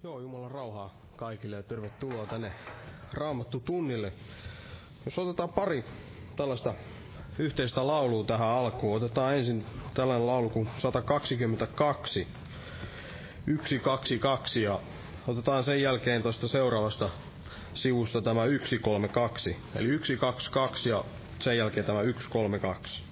Joo, Jumalan rauhaa kaikille ja tervetuloa tänne Raamattu tunnille. Jos otetaan pari tällaista yhteistä laulua tähän alkuun. Otetaan ensin tällainen laulu kuin 122, 122 ja otetaan sen jälkeen tuosta seuraavasta sivusta tämä 132. Eli 122 ja sen jälkeen tämä 132.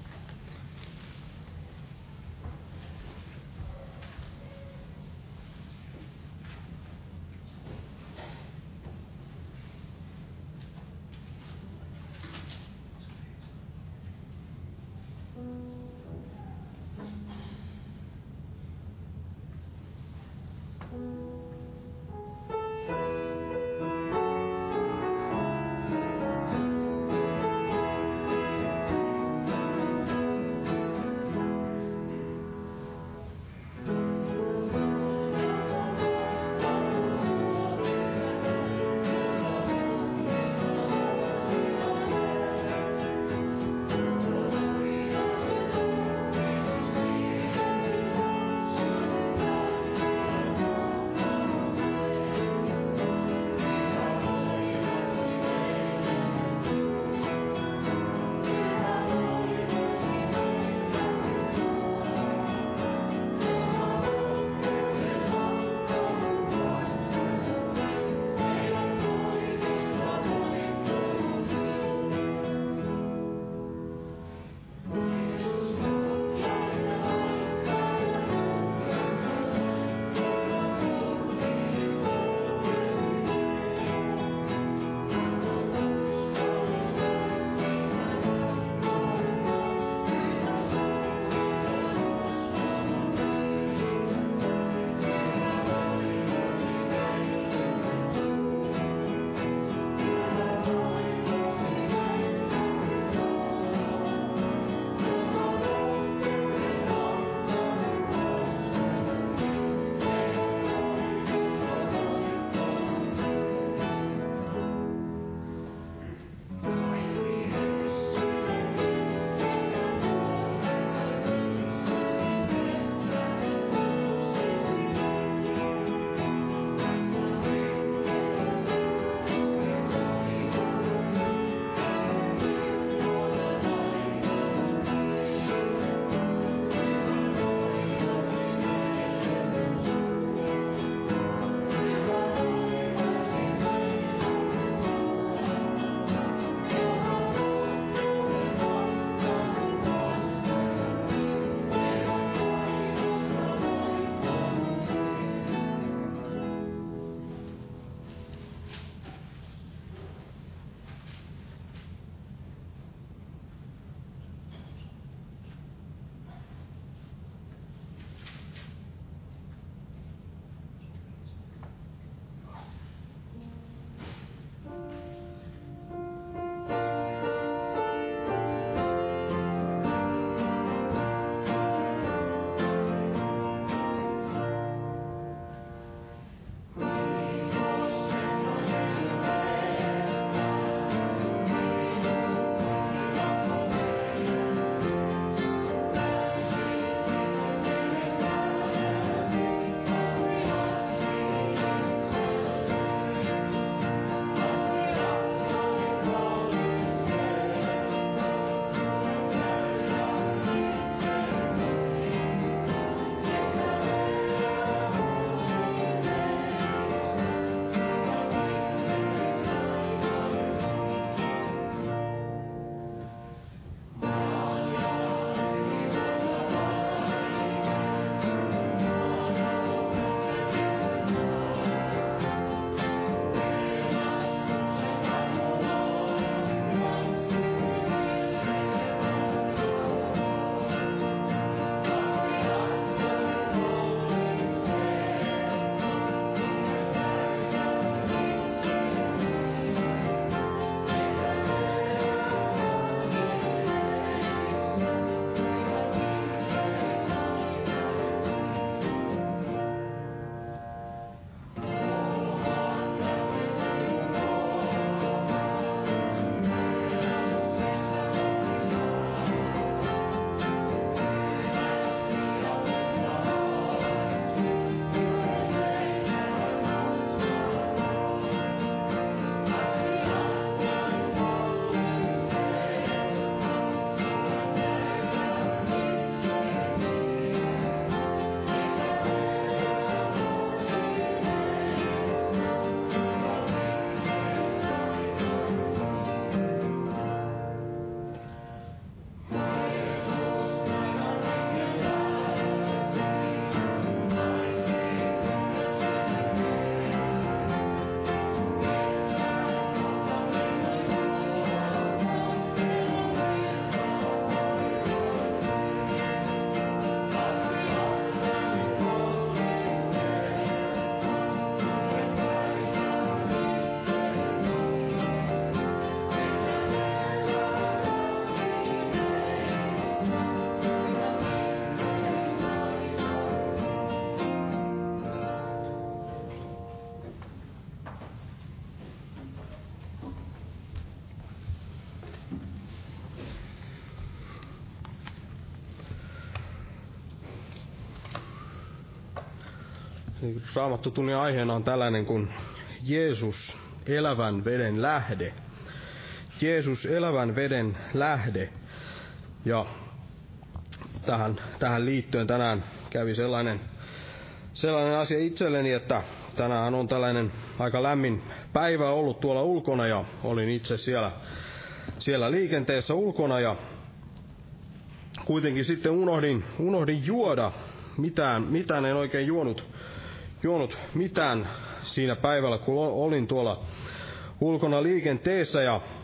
Raamattotunnin aiheena on tällainen kuin Jeesus, elävän veden lähde. Jeesus, elävän veden lähde. Ja tähän liittyen tänään kävi sellainen asia itselleni, että tänään on tällainen aika lämmin päivä ollut tuolla ulkona ja olin itse siellä liikenteessä ulkona ja kuitenkin sitten unohdin juoda mitään en oikein juonut mitään siinä päivällä, kun olin tuolla ulkona liikenteessä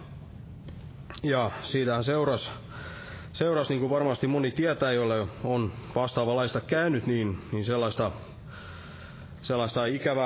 ja siitä seurasi niin kuin varmasti moni tietää, jolle on vastaavanlaista käynyt, niin sellaista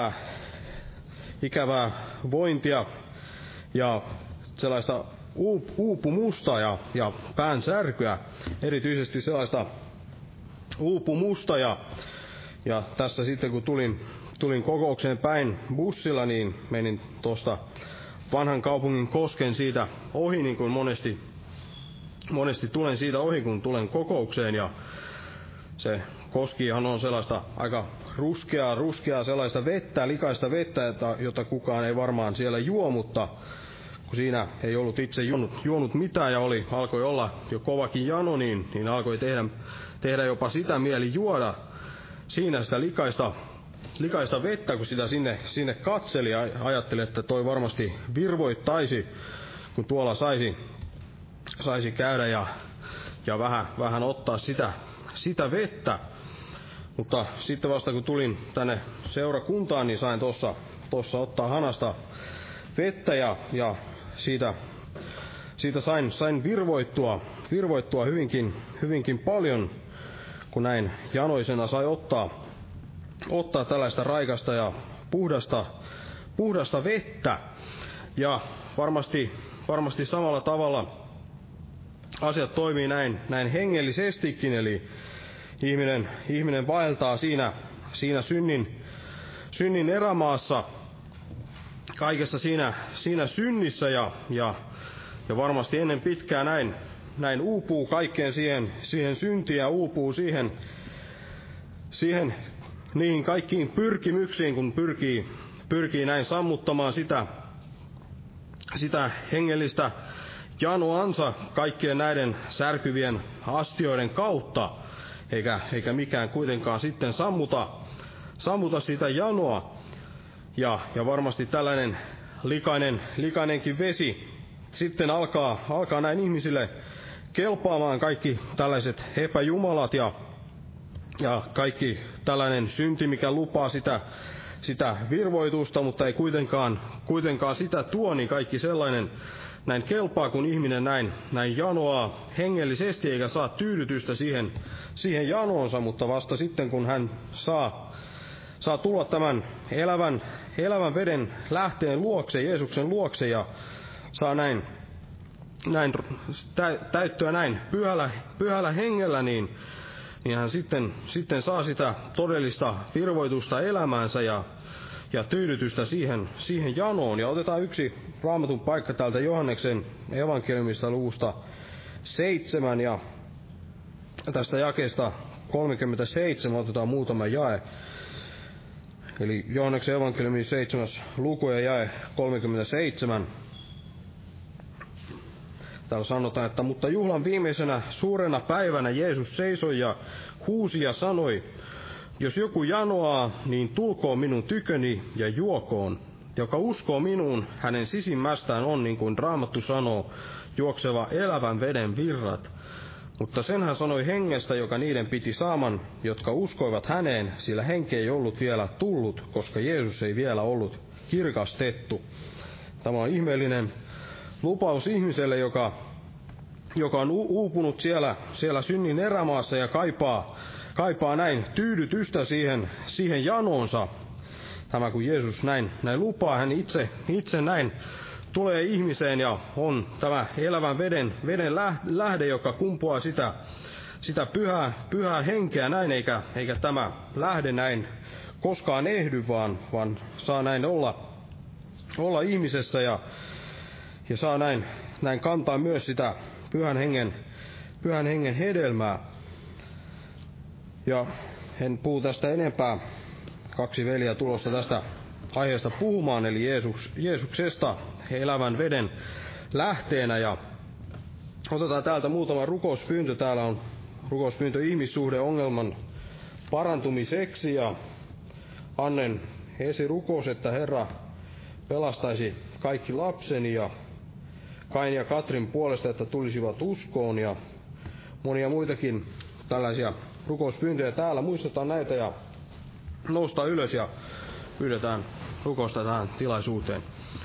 ikävää vointia ja sellaista uupumusta ja päänsärkyä, erityisesti sellaista uupumusta ja tässä sitten kun tulin kokoukseen päin bussilla, niin menin tuosta vanhan kaupungin kosken siitä ohi, niin kuin monesti tulen siitä ohi, kun tulen kokoukseen, ja se koskihan on sellaista aika ruskeaa sellaista vettä, likaista vettä, jota kukaan ei varmaan siellä juo, mutta kun siinä ei ollut itse juonut mitään ja alkoi olla jo kovakin jano, niin alkoi tehdä jopa sitä mieli juoda siinä sitä likaista vettä, kun sitä sinne katseli ja ajatteli, että toi varmasti virvoittaisi, kun tuolla saisi käydä ja vähän ottaa sitä vettä. Mutta sitten vasta kun tulin tänne seurakuntaan, niin sain tuossa ottaa hanasta vettä ja siitä sain virvoittua hyvinkin paljon, kun näin janoisena sai ottaa tällaista raikasta ja puhdasta vettä. Ja varmasti samalla tavalla asiat toimii näin hengellisestikin, eli ihminen vaeltaa siinä synnin erämaassa, kaikessa siinä synnissä ja varmasti ennen pitkää näin uupuu kaikkeen siihen syntiin ja uupuu siihen niihin kaikkiin pyrkimyksiin, kun pyrkii näin sammuttamaan sitä hengellistä janoansa kaikkien näiden särkyvien astioiden kautta, eikä mikään kuitenkaan sitten sammuta sitä janoa. Ja varmasti tällainen likainenkin vesi sitten alkaa näin ihmisille kelpaamaan, kaikki tällaiset epäjumalat ja kaikki tällainen synti, mikä lupaa sitä virvoitusta, mutta ei kuitenkaan sitä tuo, niin kaikki sellainen näin kelpaa, kun ihminen näin janoaa hengellisesti eikä saa tyydytystä siihen janoonsa, mutta vasta sitten kun hän saa tulla tämän elävän veden lähteen luokse, Jeesuksen luokse, ja saa näin täyttyä näin pyhällä hengellä, niin hän sitten saa sitä todellista virvoitusta elämäänsä ja tyydytystä siihen janoon. Ja otetaan yksi Raamatun paikka täältä Johanneksen evankeliumista luvusta 7, ja tästä jakeesta 37 otetaan muutama jae. Eli Johanneksen evankeliumin 7. luku ja jae 37. Täällä sanotaan, että mutta juhlan viimeisenä suurena päivänä Jeesus seisoi ja huusi ja sanoi, jos joku janoaa, niin tulkoon minun tyköni ja juokoon. Joka uskoo minuun, hänen sisimmästään on, niin kuin Raamattu sanoo, juokseva elävän veden virrat. Mutta sen hän sanoi hengestä, joka niiden piti saaman, jotka uskoivat häneen, sillä henki ei ollut vielä tullut, koska Jeesus ei vielä ollut kirkastettu. Tämä on ihmeellinen lupaus ihmiselle, joka on uupunut siellä synnin erämaassa ja kaipaa näin tyydytystä siihen janoonsa. Tämä kun Jeesus näin lupaa, hän itse näin tulee ihmiseen ja on tämä elävän veden lähde, joka kumpuaa sitä pyhää henkeä näin, eikä tämä lähde näin koskaan ehdy, vaan saa näin olla ihmisessä ja saa näin kantaa myös sitä pyhän hengen hedelmää. Ja en puhu tästä enempää kaksi veliä tulossa tästä aiheesta puhumaan, eli Jeesuksesta elävän veden lähteenä. Ja otetaan täältä muutama rukouspyyntö. Täällä on rukouspyyntö ihmissuhdeongelman parantumiseksi, ja Annen esirukous, että Herra pelastaisi kaikki lapseni, ja Kain ja Katrin puolesta, että tulisivat uskoon, ja monia muitakin tällaisia rukouspyyntöjä täällä. Muistetaan näitä ja noustaan ylös ja pyydetään rukousta tähän tilaisuuteen.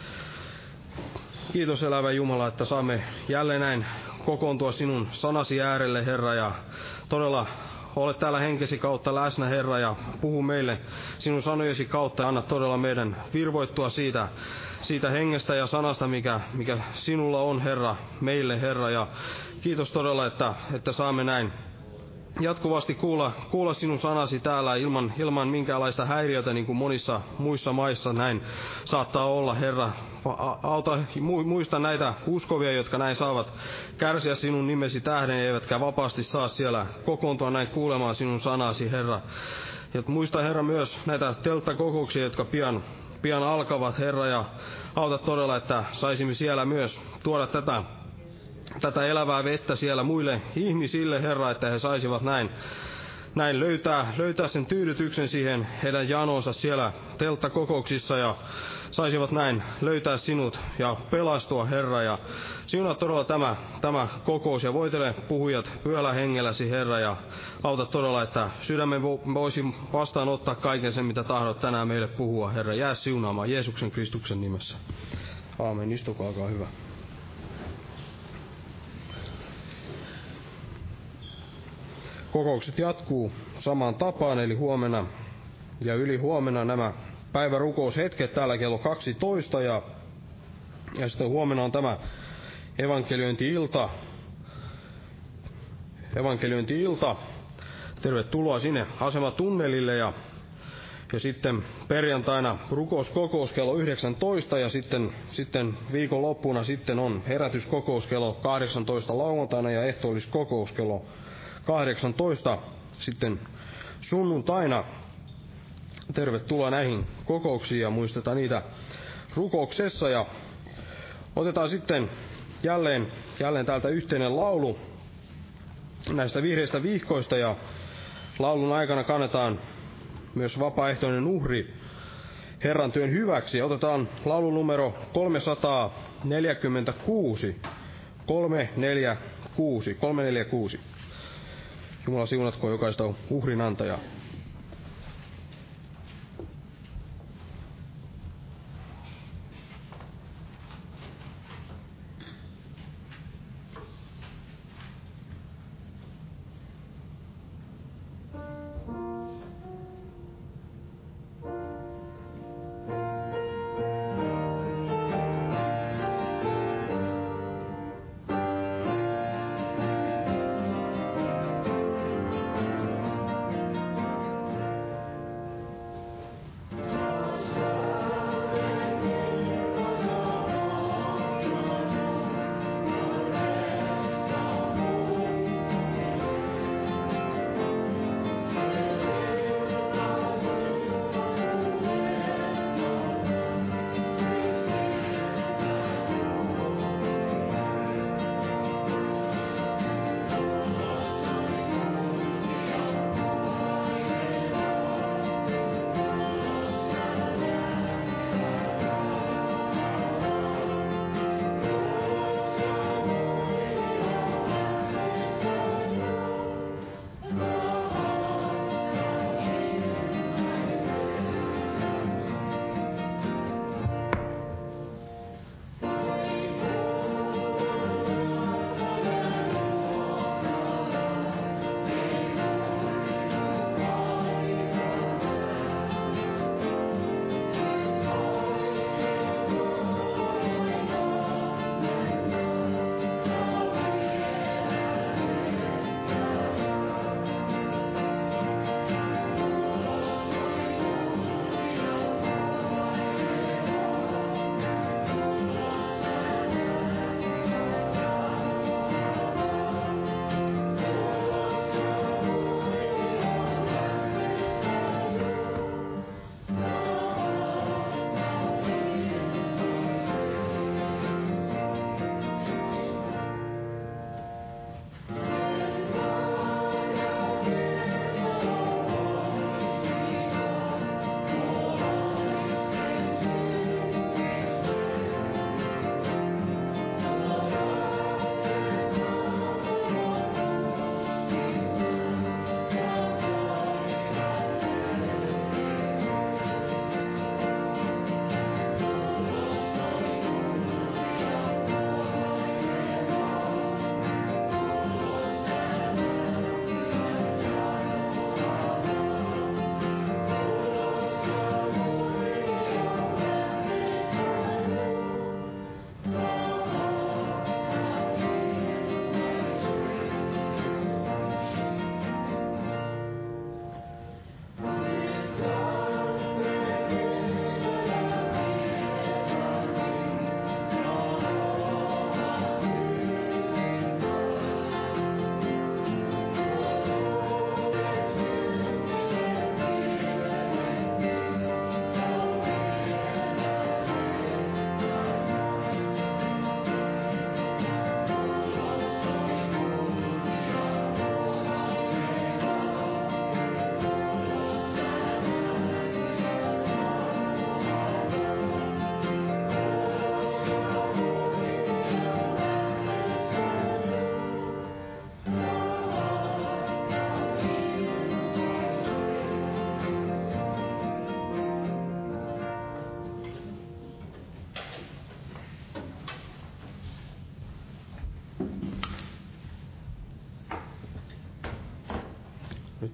Kiitos elävä Jumala, että saamme jälleen näin kokoontua sinun sanasi äärelle, Herra, ja todella olet täällä henkesi kautta läsnä, Herra, ja puhu meille sinun sanojesi kautta, ja anna todella meidän virvoittua siitä hengestä ja sanasta, mikä sinulla on, Herra, meille, Herra, ja kiitos todella, että saamme näin jatkuvasti kuulla sinun sanasi täällä ilman minkäänlaista häiriötä, niin kuin monissa muissa maissa näin saattaa olla, Herra. Muista näitä uskovia, jotka näin saavat kärsiä sinun nimesi tähden, eivätkä vapaasti saa siellä kokoontua näin kuulemaan sinun sanasi, Herra. Ja muista, Herra, myös näitä telttakokouksia, jotka pian alkavat, Herra, ja auta todella, että saisimme siellä myös tuoda tätä elävää vettä siellä muille ihmisille, Herra, että he saisivat näin löytää sen tyydytyksen siihen heidän janonsa siellä telttakokouksissa, ja saisivat näin löytää sinut ja pelastua, Herra. Ja siunaa todella tämä kokous ja voitele puhujat pyhällä hengelläsi, Herra, ja auta todella, että sydämen voisi vastaanottaa kaiken sen, mitä tahdot tänään meille puhua, Herra. Jää siunaamaan Jeesuksen Kristuksen nimessä. Aamen. Istukaa, olkaa hyvä. Kokoukset jatkuu samaan tapaan, eli huomenna ja ylihuomenna nämä päivärukoushetket täällä kello 12, ja sitten huomenna on tämä evankeliointi-ilta. Tervetuloa sinne asematunnelille, ja sitten perjantaina rukouskokous kello 19, ja sitten viikonloppuna sitten on herätyskokous kello 18 lauantaina ja ehtoolliskokous kello 18 sitten sunnuntaina. Tervetuloa näihin kokouksiin ja muistetaan niitä rukouksessa. Ja otetaan sitten jälleen täältä yhteinen laulu näistä vihreistä vihkoista, ja laulun aikana kannetaan myös vapaaehtoinen uhri Herran työn hyväksi. Otetaan laulu numero 346. 346. Jumala siunatko jokaista uhrin antajaa.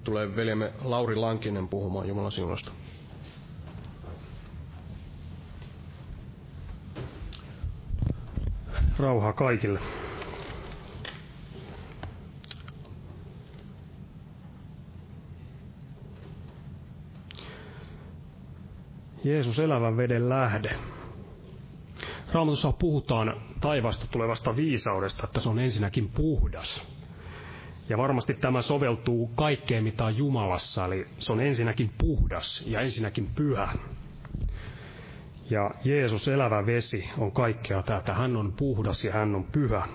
tulee veljemme Lauri Lankinen puhumaan Jumalan siunasta. Rauhaa kaikille. Jeesus, elävän veden lähde. Raamatussa puhutaan taivaasta tulevasta viisaudesta, että se on ensinnäkin puhdas. Ja varmasti tämä soveltuu kaikkeen, mitä on Jumalassa, eli se on ensinnäkin puhdas ja ensinnäkin pyhä. Ja Jeesus, elävä vesi, on kaikkea tätä. Hän on puhdas ja hän on pyhä.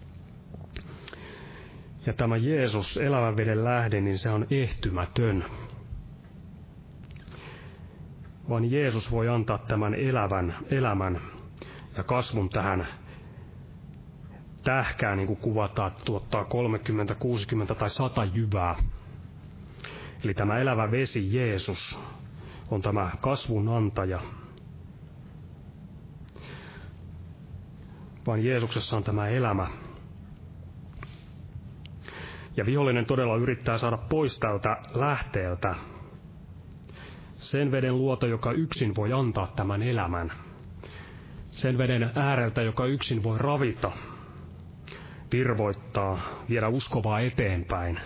Ja tämä Jeesus, elävän veden lähde, niin se on ehtymätön. Vaan Jeesus voi antaa tämän elämän ja kasvun tähän tähkään, niin kuin kuvataan, että tuottaa 30, 60 tai 100 jyvää. Eli tämä elävä vesi, Jeesus, on tämä kasvun antaja. Vaan Jeesuksessa on tämä elämä. Ja vihollinen todella yrittää saada pois tältä lähteeltä sen veden luota, joka yksin voi antaa tämän elämän. Sen veden ääreltä, joka yksin voi ravita, virvoittaa, viedä uskovaa eteenpäin.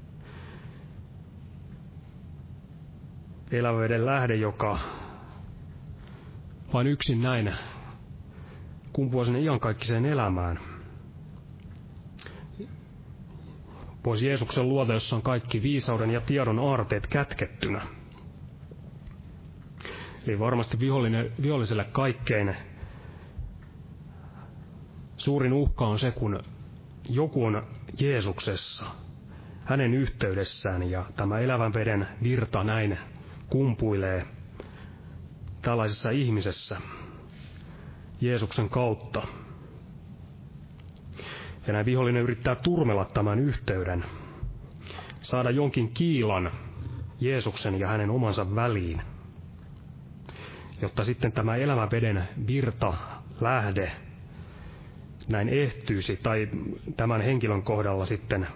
Elävän veden lähde, joka vain yksin näin kumpuaa sinne iankaikkiseen elämään. Pois Jeesuksen luota, jossa on kaikki viisauden ja tiedon aarteet kätkettynä. Eli varmasti viholliselle kaikkein suurin uhka on se, kun joku on Jeesuksessa, hänen yhteydessään, ja tämä elävän veden virta näin kumpuilee tällaisessa ihmisessä Jeesuksen kautta. Ja näin vihollinen yrittää turmella tämän yhteyden, saada jonkin kiilan Jeesuksen ja hänen omansa väliin, jotta sitten tämä elävän veden virta, lähde, näin ehtyisi, tai tämän henkilön kohdalla sitten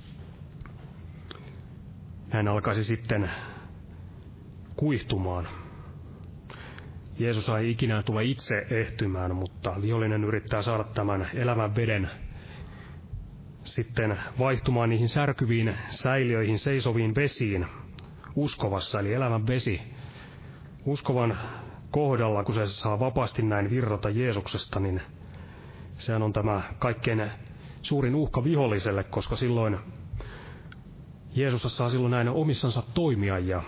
hän alkaisi sitten kuihtumaan. Jeesus ei ikinä tule itse ehtymään, mutta vihollinen yrittää saada tämän elävän veden sitten vaihtumaan niihin särkyviin säiliöihin, seisoviin vesiin uskovassa, eli elävän vesi uskovan kohdalla, kun se saa vapaasti näin virrata Jeesuksesta, niin sehän on tämä kaikkein suurin uhka viholliselle, koska silloin Jeesus saa silloin näin omissansa toimia ja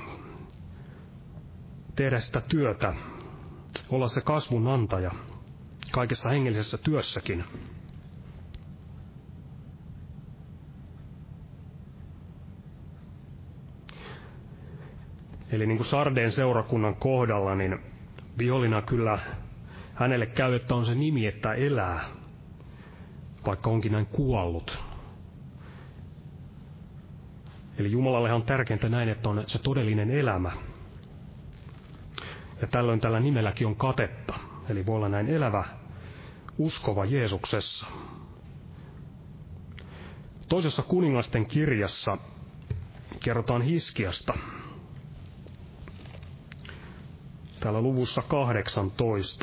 tehdä sitä työtä, olla se kasvun antaja kaikessa hengellisessä työssäkin. Eli niin kuin Sardeen seurakunnan kohdalla, niin vihollinen kyllä hänelle käy, että on se nimi, että elää, vaikka onkin näin kuollut. Eli Jumalalle on tärkeintä näin, että on se todellinen elämä. Ja tällöin tällä nimelläkin on katetta. Eli voi olla näin elävä, uskova Jeesuksessa. Toisessa kuningasten kirjassa kerrotaan Hiskiasta. Täällä luvussa 18.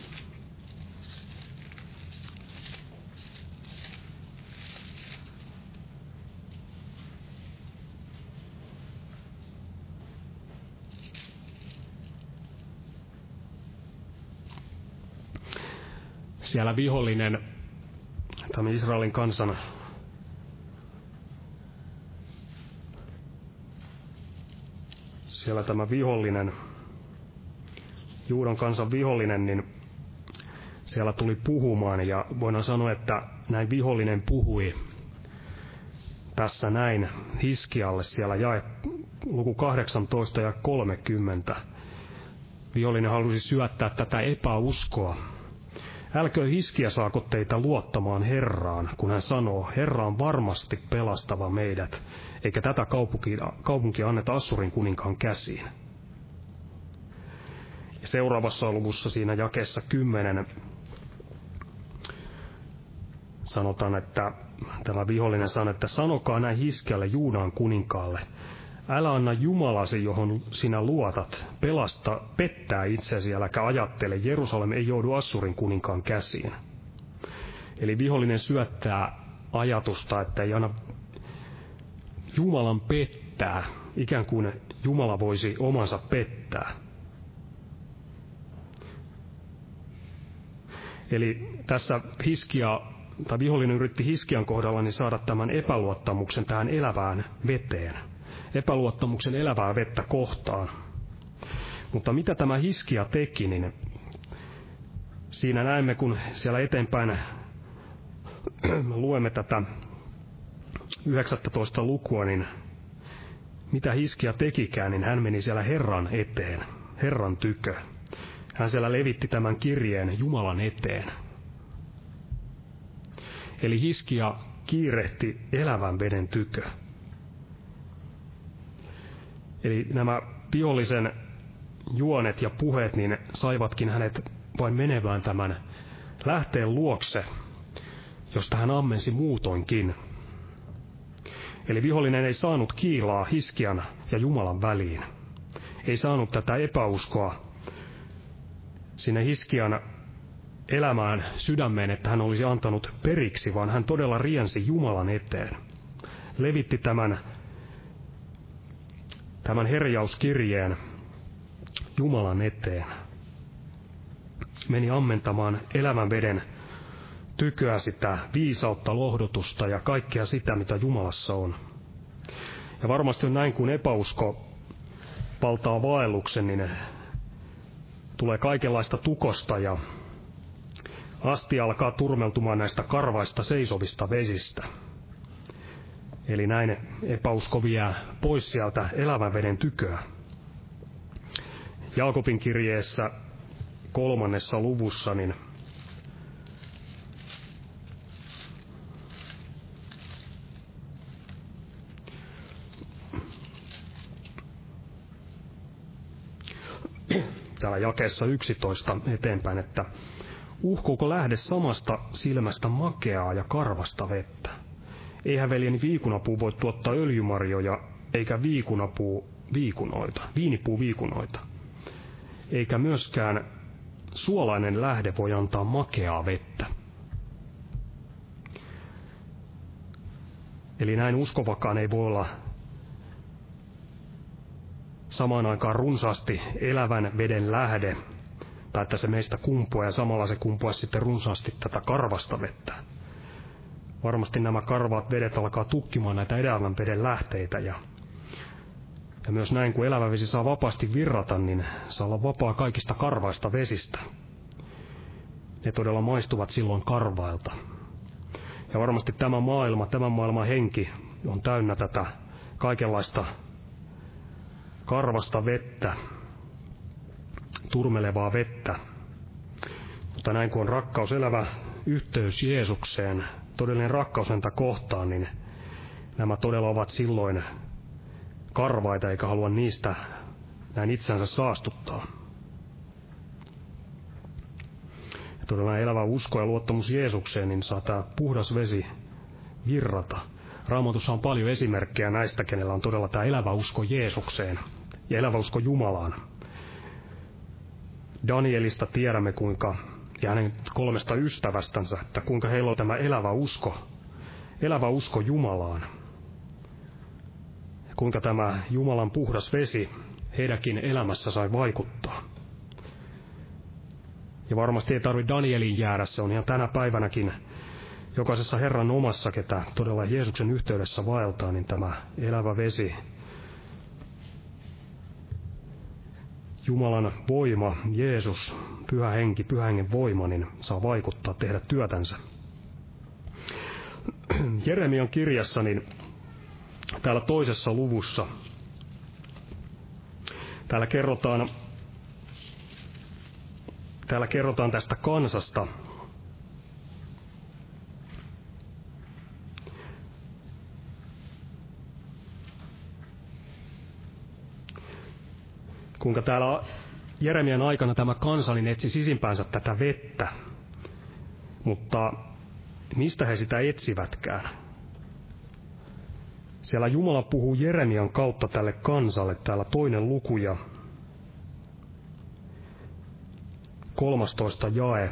Siellä vihollinen, tämä Israelin kansan siellä tämä vihollinen, Juudan kansan vihollinen, niin siellä tuli puhumaan, ja voidaan sanoa, että näin vihollinen puhui tässä näin Hiskialle siellä luku 18 ja 30. Vihollinen halusi syöttää tätä epäuskoa. Älköön Hiskia saako teitä luottamaan Herraan, kun hän sanoo, Herra on varmasti pelastava meidät, eikä tätä kaupunkia anneta Assurin kuninkaan käsiin. Ja seuraavassa luvussa siinä jakeessa 10 sanotaan, että tämä vihollinen sanoo, että sanokaa näin Hiskialle Juudan kuninkaalle, älä anna Jumalasi, johon sinä luotat, pettää itsesi, äläkä ajattele, Jerusalem ei joudu Assurin kuninkaan käsiin. Eli vihollinen syöttää ajatusta, että ei anna Jumalan pettää, ikään kuin Jumala voisi omansa pettää. Eli tässä vihollinen yritti Hiskian kohdalla niin saada tämän epäluottamuksen tähän elävään veteen. Epäluottamuksen elävää vettä kohtaan. Mutta mitä tämä Hiskia teki, niin siinä näemme, kun siellä eteenpäin luemme tätä 19. lukua, niin mitä Hiskia tekikään, niin hän meni siellä Herran eteen, Herran tykö. Hän siellä levitti tämän kirjeen Jumalan eteen. Eli Hiskia kiirehti elävän veden tykö. Eli nämä vihollisen juonet ja puheet niin saivatkin hänet vain menevään tämän lähteen luokse, josta hän ammensi muutoinkin. Eli vihollinen ei saanut kiilaa Hiskian ja Jumalan väliin. Ei saanut tätä epäuskoa sinne Hiskian elämään sydämeen, että hän olisi antanut periksi, vaan hän todella riensi Jumalan eteen. Levitti tämän herjauskirjeen Jumalan eteen. Meni ammentamaan elävän veden tyköä, sitä viisautta, lohdutusta ja kaikkea sitä, mitä Jumalassa on. Ja varmasti on näin, kun epäusko valtaa vaelluksen, niin tulee kaikenlaista tukosta ja asti alkaa turmeltumaan näistä karvaista seisovista vesistä. Eli näin epäusko vie pois sieltä elävän veden tyköä. Jaakobin kirjeessä 3. luvussa, niin täällä jakeessa 11 eteenpäin, että uhkouko lähde samasta silmästä makeaa ja karvasta vettä? Eihän veljeni viikunapuu voi tuottaa öljymarjoja, eikä viinipuu viikunoita. Eikä myöskään suolainen lähde voi antaa makeaa vettä. Eli näin uskovakaan ei voi olla samaan aikaan runsaasti elävän veden lähde, tai että se meistä kumpuaa ja samalla se kumpuaa sitten runsaasti tätä karvasta vettä. Varmasti nämä karvaat vedet alkaa tukkimaan näitä elävän veden lähteitä ja myös näin, kun elävä vesi saa vapaasti virrata, niin saa olla vapaa kaikista karvaista vesistä. Ne todella maistuvat silloin karvailta. Ja varmasti tämän maailman henki on täynnä tätä kaikenlaista karvasta vettä, turmelevaa vettä. Mutta näin kun on rakkaus, elävä yhteys Jeesukseen, todellinen rakkaus häntä kohtaan, niin nämä todella ovat silloin karvaita, eikä halua niistä näin itseänsä saastuttaa. Ja todella elävä usko ja luottamus Jeesukseen, niin saa tämä puhdas vesi virrata. Raamatussa on paljon esimerkkejä näistä, kenellä on todella tämä elävä usko Jeesukseen ja elävä usko Jumalaan. Danielista tiedämme ja hänen 3 ystävästänsä, että kuinka heillä on tämä elävä usko Jumalaan. Ja kuinka tämä Jumalan puhdas vesi heidänkin elämässä sai vaikuttaa. Ja varmasti ei tarvitse Danieliin jäädä, se on ihan tänä päivänäkin jokaisessa Herran omassa, ketä todella Jeesuksen yhteydessä vaeltaa, niin tämä elävä vesi, Jumalan voima, Jeesus, pyhä henki, pyhä hengen voima, niin saa vaikuttaa, tehdä työtänsä. Jeremian kirjassa, niin täällä 2. luvussa, täällä kerrotaan tästä kansasta, kuinka täällä Jeremian aikana tämä kansa niin etsi sisimpäänsä tätä vettä, mutta mistä he sitä etsivätkään? Siellä Jumala puhuu Jeremian kautta tälle kansalle, täällä 2. luku ja 13 jae.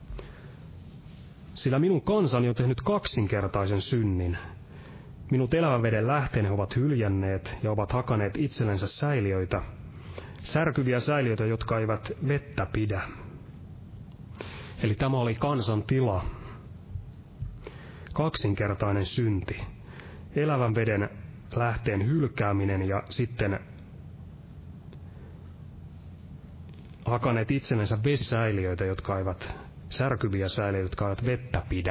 Sillä minun kansani on tehnyt kaksinkertaisen synnin. Minut elävän veden lähteeni ovat hyljänneet ja ovat hakaneet itsellensä säiliöitä, särkyviä säiliöitä, jotka eivät vettä pidä. Eli tämä oli kansan tila. Kaksinkertainen synti. Elävän veden lähteen hylkääminen ja sitten hakaneet itsellensä vesisäiliöitä, jotka eivät, särkyviä säiliöitä, jotka eivät vettä pidä.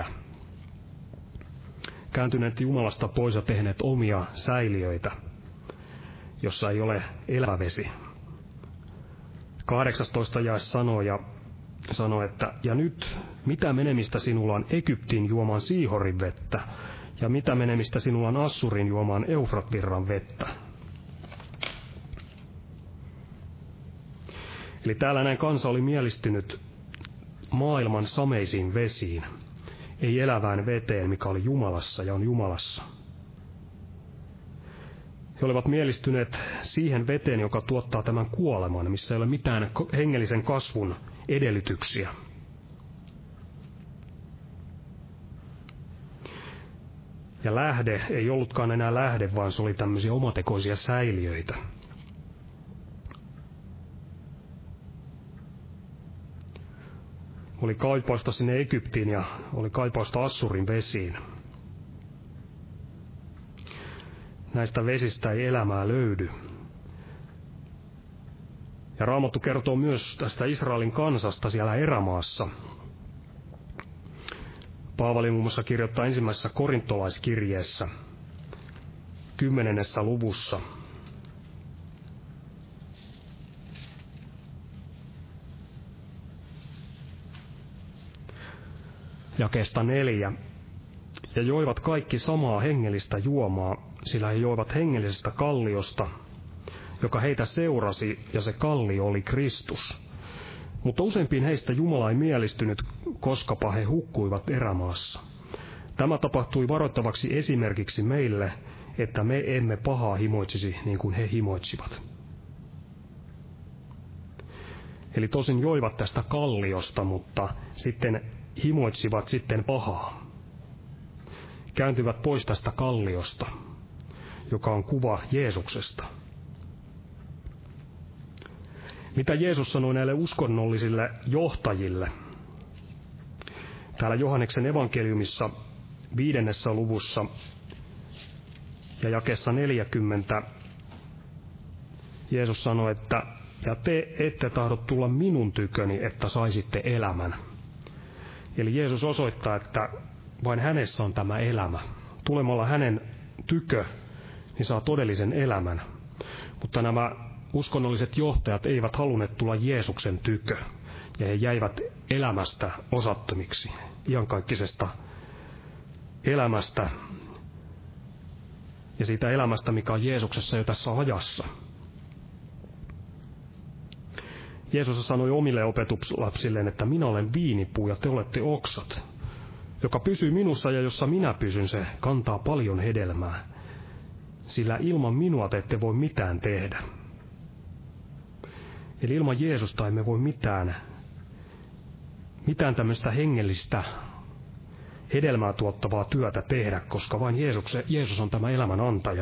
Kääntyneet Jumalasta pois ja tehneet omia säiliöitä, jossa ei ole elävä vesi. 18 jae sanoo, että ja nyt, mitä menemistä sinulla on Egyptiin juomaan Siihorin vettä, ja mitä menemistä sinulla on Assurin juomaan Eufrat-virran vettä. Eli täällä näin kansa oli mielistynyt maailman sameisiin vesiin, ei elävään veteen, mikä oli Jumalassa ja on Jumalassa. He olivat mielistyneet siihen veteen, joka tuottaa tämän kuoleman, missä ei ole mitään hengellisen kasvun edellytyksiä. Ja lähde ei ollutkaan enää lähde, vaan se oli tämmöisiä omatekoisia säiliöitä. Oli kaipausta sinne Egyptiin ja oli kaipausta Assurin vesiin. Näistä vesistä ei elämää löydy. Ja Raamattu kertoo myös tästä Israelin kansasta siellä erämaassa. Paavali muun muassa kirjoittaa ensimmäisessä korintolaiskirjeessä 10. luvussa. Jakeesta 4. Ja joivat kaikki samaa hengellistä juomaa, sillä he joivat hengellisestä kalliosta, joka heitä seurasi, ja se kallio oli Kristus. Mutta useimpiin heistä Jumala ei mielistynyt, koskapa he hukkuivat erämaassa. Tämä tapahtui varoittavaksi esimerkiksi meille, että me emme pahaa himoitsisi niin kuin he himoitsivat. Eli tosin joivat tästä kalliosta, mutta sitten himoitsivat sitten pahaa. Kääntyvät pois tästä kalliosta, joka on kuva Jeesuksesta. Mitä Jeesus sanoi näille uskonnollisille johtajille? Täällä Johanneksen evankeliumissa 5. luvussa ja jakeessa 40 Jeesus sanoi, että ja te ette tahdo tulla minun tyköni, että saisitte elämän. Eli Jeesus osoittaa, että vain hänessä on tämä elämä. Tulemalla hänen tykö, niin saa todellisen elämän. Mutta nämä uskonnolliset johtajat eivät halunneet tulla Jeesuksen tykö, ja he jäivät elämästä osattomiksi, iankaikkisesta elämästä, ja siitä elämästä, mikä on Jeesuksessa jo tässä ajassa. Jeesus sanoi omille opetuslapsilleen, että minä olen viinipuu ja te olette oksat. Joka pysyy minussa ja jossa minä pysyn, se kantaa paljon hedelmää. Sillä ilman minua te ette voi mitään tehdä. Eli ilman Jeesusta emme voi mitään tämmöistä hengellistä hedelmää tuottavaa työtä tehdä, koska vain Jeesus on tämä elämän antaja.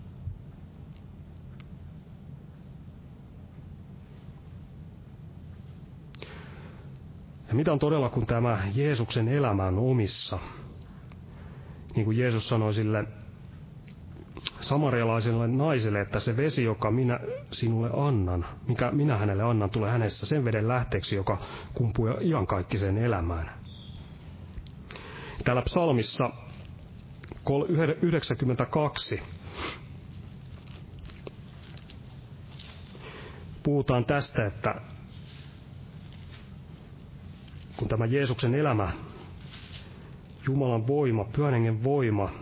Ja mitä on todella, kun tämä Jeesuksen elämä on omissa? Niin kuin Jeesus sanoi sille samarialaiselle naiselle, että se vesi, joka minä sinulle annan, mikä minä hänelle annan, tulee hänessä sen veden lähteeksi, joka kumpuu iankaikkiseen elämään. Täällä psalmissa 92 puhutaan tästä, että kun tämä Jeesuksen elämä, Jumalan voima, Pyhän Hengen voima,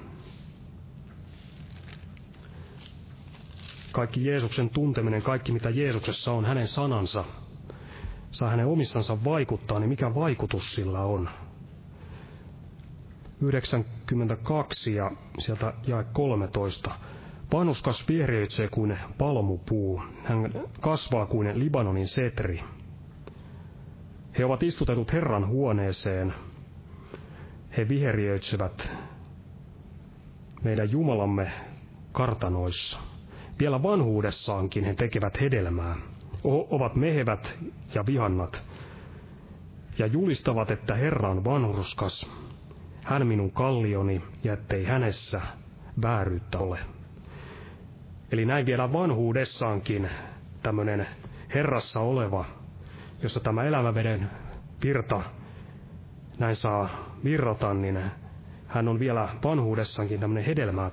kaikki Jeesuksen tunteminen, kaikki mitä Jeesuksessa on, hänen sanansa, saa hänen omissansa vaikuttaa, niin mikä vaikutus sillä on? 92 ja sieltä jae 13. Vanhurskas vihreitsee kuin palmupuu, hän kasvaa kuin Libanonin setri. He ovat istutetut Herran huoneeseen, he viheriöitsevät meidän Jumalamme kartanoissa. Vielä vanhuudessaankin he tekevät hedelmää, ovat mehevät ja vihannat, ja julistavat, että Herra on vanhurskas, hän minun kallioni, ja ettei hänessä vääryyttä ole. Eli näin vielä vanhuudessaankin tämmöinen Herrassa oleva, jossa tämä elämäveden virta näin saa virrata, niin hän on vielä vanhuudessaankin tämmöinen hedelmää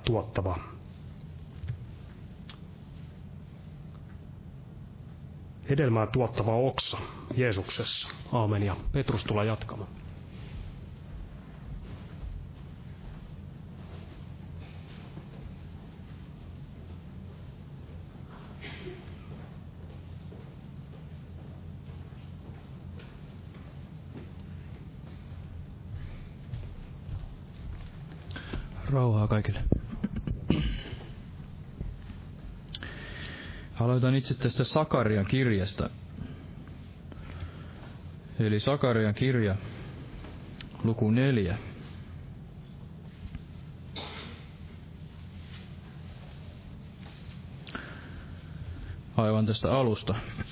tuottava oksa Jeesuksessa. Aamen. Ja Petrus tulee jatkamaan. Rauhaa kaikille. Aloitan itse tästä Sakarian kirjasta. Eli Sakarian kirja, luku 4. Aivan tästä alusta.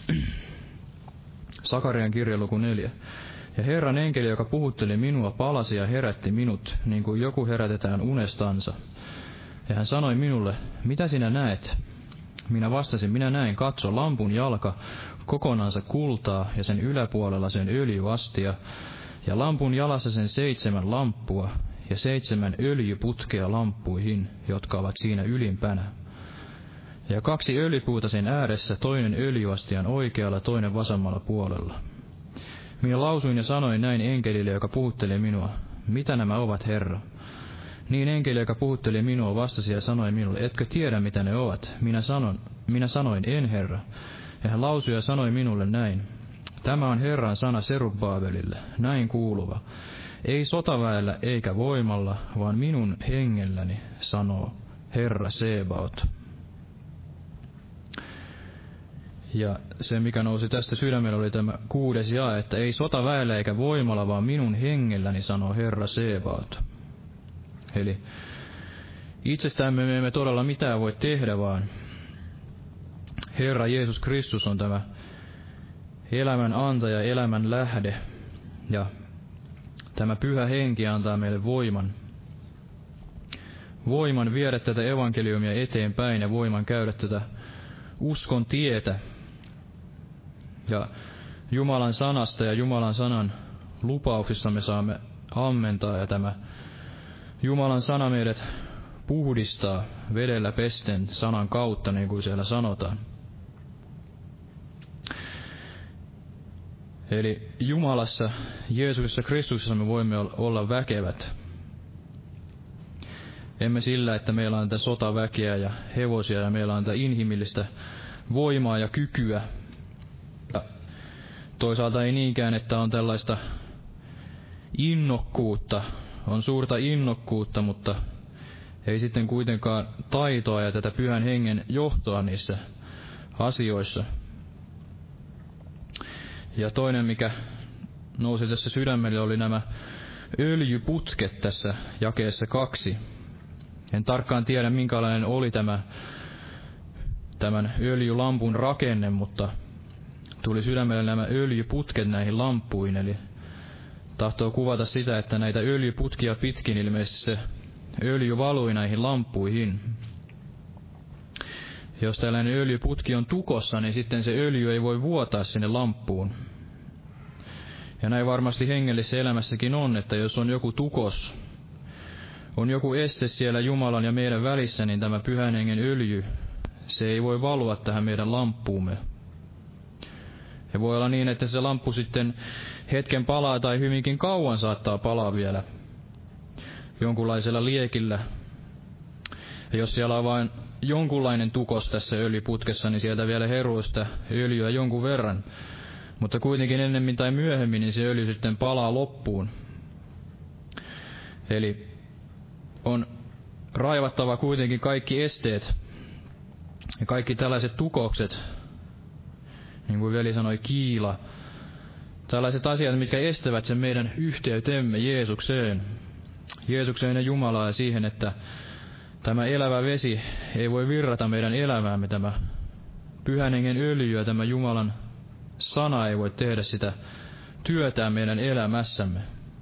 Sakarian kirja, luku 4. Ja Herran enkeli, joka puhutteli minua, palasi ja herätti minut, niin kuin joku herätetään unestansa. Ja hän sanoi minulle, mitä sinä näet? Minä vastasin, minä näin, katso, lampun jalka, kokonaansa kultaa, ja sen yläpuolella sen öljyastia, ja lampun jalassa sen 7 lamppua, ja 7 öljyputkea lamppuihin, jotka ovat siinä ylimpänä. Ja 2 öljypuuta sen ääressä, toinen öljyastian oikealla, toinen vasemmalla puolella. Minä lausuin ja sanoin näin enkelille, joka puhutteli minua, mitä nämä ovat, Herra? Niin enkeli, joka puhutteli minua, vastasi ja sanoi minulle, etkö tiedä, mitä ne ovat? Minä sanoin, en, Herra. Ja hän lausui ja sanoi minulle näin, tämä on Herran sana Serubbabelille, näin kuuluva. Ei sotaväellä eikä voimalla, vaan minun hengelläni, sanoo Herra Sebaot. Ja se, mikä nousi tästä sydämellä, oli tämä 6. jae, että ei sotaväellä eikä voimalla, vaan minun hengelläni, sanoo Herra Sebaot. Eli itsestämme me emme todella mitään voi tehdä, vaan Herra Jeesus Kristus on tämä elämän antaja, elämän lähde. Ja tämä Pyhä Henki antaa meille voiman viedä tätä evankeliumia eteenpäin ja voiman käydä tätä uskon tietä. Ja Jumalan sanasta ja Jumalan sanan lupauksissa me saamme ammentaa, ja tämä Jumalan sana meidät puhdistaa vedellä pesten sanan kautta, niin kuin siellä sanotaan. Eli Jumalassa, Jeesuksessa Kristuksessa me voimme olla väkevät. Emme sillä, että meillä on tätä sotaväkeä ja hevosia ja meillä on tätä inhimillistä voimaa ja kykyä. Ja toisaalta ei niinkään, että on tällaista innokkuutta, on suurta innokkuutta, mutta ei sitten kuitenkaan taitoa ja tätä Pyhän Hengen johtoa niissä asioissa. Ja toinen, mikä nousi tässä sydämelle, oli nämä öljyputket tässä jakeessa 2. En tarkkaan tiedä, minkälainen oli tämän öljylampun rakenne, mutta tuli sydämelle nämä öljyputket näihin lamppuihin, eli tahtoo kuvata sitä, että näitä öljyputkia pitkin ilmeisesti se öljy valui näihin lamppuihin. Jos tällainen öljyputki on tukossa, niin sitten se öljy ei voi vuotaa sinne lamppuun. Ja näin varmasti hengellisessä elämässäkin on, että jos on joku tukos, on joku este siellä Jumalan ja meidän välissä, niin tämä Pyhän Hengen öljy, se ei voi valua tähän meidän lamppuumme. Ja voi olla niin, että se lamppu sitten hetken palaa tai hyvinkin kauan saattaa palaa vielä jonkunlaisella liekillä. Ja jos siellä on vain jonkunlainen tukos tässä öljyputkessa, niin sieltä vielä heruu sitä öljyä jonkun verran. Mutta kuitenkin ennemmin tai myöhemmin, niin se öljy sitten palaa loppuun. Eli on raivattava kuitenkin kaikki esteet ja kaikki tällaiset tukokset, niin kuin veli sanoi, kiila, tällaiset asiat, mitkä estävät sen meidän yhteytemme Jeesukseen ja Jumalaan ja siihen, että tämä elävä vesi ei voi virrata meidän elämäämme, tämä Pyhän Hengen öljy ja tämä Jumalan sana ei voi tehdä sitä työtään meidän elämässämme.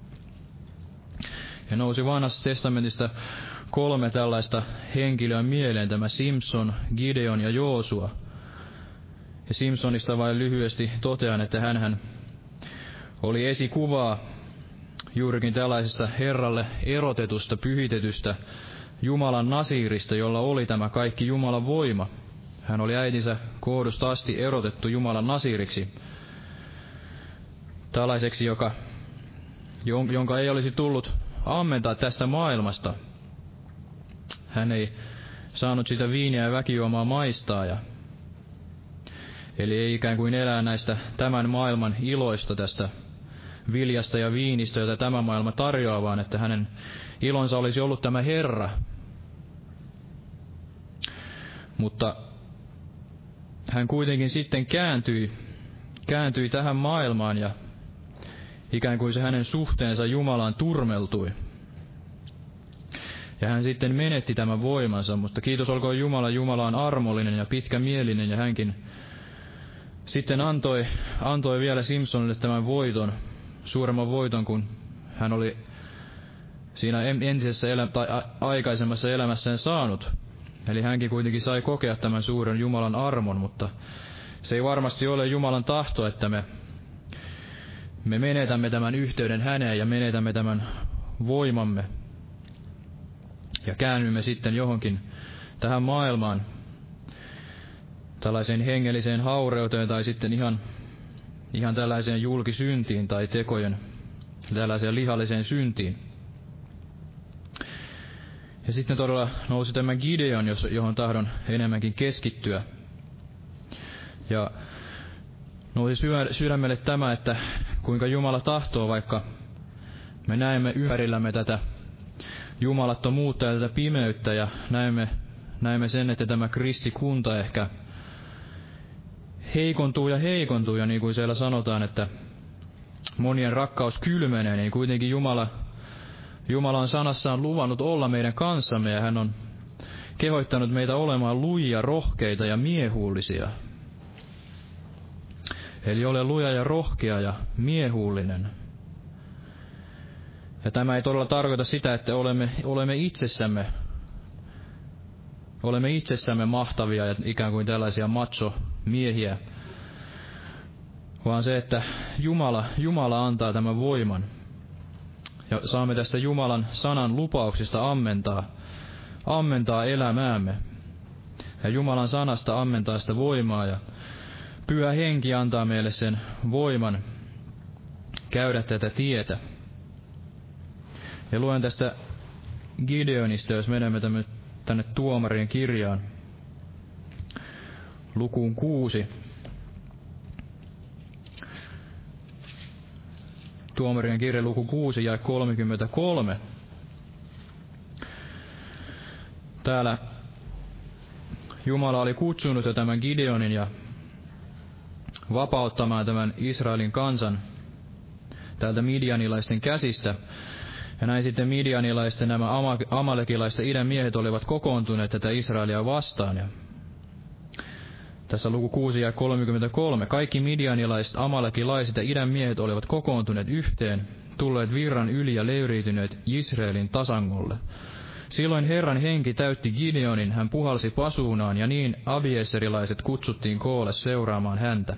Ja nousi Vanhasta testamentista 3 tällaista henkilöä mieleen, tämä Simson, Gideon ja Joosua. Ja Simsonista vain lyhyesti totean, että hänhän oli esikuvaa juurikin tällaisesta Herralle erotetusta, pyhitetystä Jumalan nasiirista, jolla oli tämä kaikki Jumalan voima. Hän oli äitinsä kohdusta asti erotettu Jumalan nasiiriksi, tällaiseksi, jonka ei olisi tullut ammentaa tästä maailmasta. Hän ei saanut sitä viiniä ja väkijuomaa maistaa, eli ei ikään kuin elää näistä tämän maailman iloista, tästä viljasta ja viinistä, jota tämä maailma tarjoaa, vaan että hänen ilonsa olisi ollut tämä Herra. Mutta hän kuitenkin sitten kääntyi tähän maailmaan ja ikään kuin se hänen suhteensa Jumalaan turmeltui. Ja hän sitten menetti tämän voimansa, mutta kiitos olkoon Jumala on armollinen ja pitkämielinen, ja hänkin sitten antoi vielä Simsonille tämän voiton, suuremman voiton kuin hän oli siinä entisessä aikaisemmassa elämässään saanut. Eli hänkin kuitenkin sai kokea tämän suuren Jumalan armon, mutta se ei varmasti ole Jumalan tahto, että me menetämme tämän yhteyden häneen ja menetämme tämän voimamme ja käännymme sitten johonkin tähän maailmaan, tällaiseen hengelliseen haureuteen tai sitten ihan tällaiseen julkisyntiin tai tekojen tällaiseen lihalliseen syntiin. Ja sitten todella nousi tämä Gideon, johon tahdon enemmänkin keskittyä. Ja nousi sydämelle tämä, että kuinka Jumala tahtoo, vaikka me näemme ympärillämme tätä jumalattomuutta ja tätä pimeyttä, ja näemme sen, että tämä kristikunta ehkä heikontuu, ja niin kuin siellä sanotaan, että monien rakkaus kylmenee, niin kuitenkin Jumala on sanassaan luvannut olla meidän kanssamme, ja hän on kehottanut meitä olemaan lujia, rohkeita ja miehuullisia. Eli ole luja ja rohkea ja miehuullinen. Ja tämä ei todella tarkoita sitä, että olemme itsessämme mahtavia ja ikään kuin tällaisia macho-miehiä, vaan se, että Jumala antaa tämän voiman. Ja saamme tästä Jumalan sanan lupauksista ammentaa elämäämme. Ja Jumalan sanasta ammentaa sitä voimaa, ja Pyhä Henki antaa meille sen voiman käydä tätä tietä. Ja luen tästä Gideonista, jos menemme tänne Tuomarien kirjaan, lukuun 6. Tuomarien kirja luku 6 ja 33. Täällä Jumala oli kutsunut jo tämän Gideonin ja vapauttamaan tämän Israelin kansan täältä midianilaisten käsistä. Ja näin sitten midianilaisten, nämä amalekilaisten idän miehet olivat kokoontuneet tätä Israelia vastaan. Ja tässä luku 6 ja 33. Kaikki midianilaiset, amalekilaiset ja idän miehet olivat kokoontuneet yhteen, tulleet virran yli ja leyriytyneet Israelin tasangolle. Silloin Herran henki täytti Gideonin, hän puhalsi pasuunaan, ja niin abieserilaiset kutsuttiin koolle seuraamaan häntä.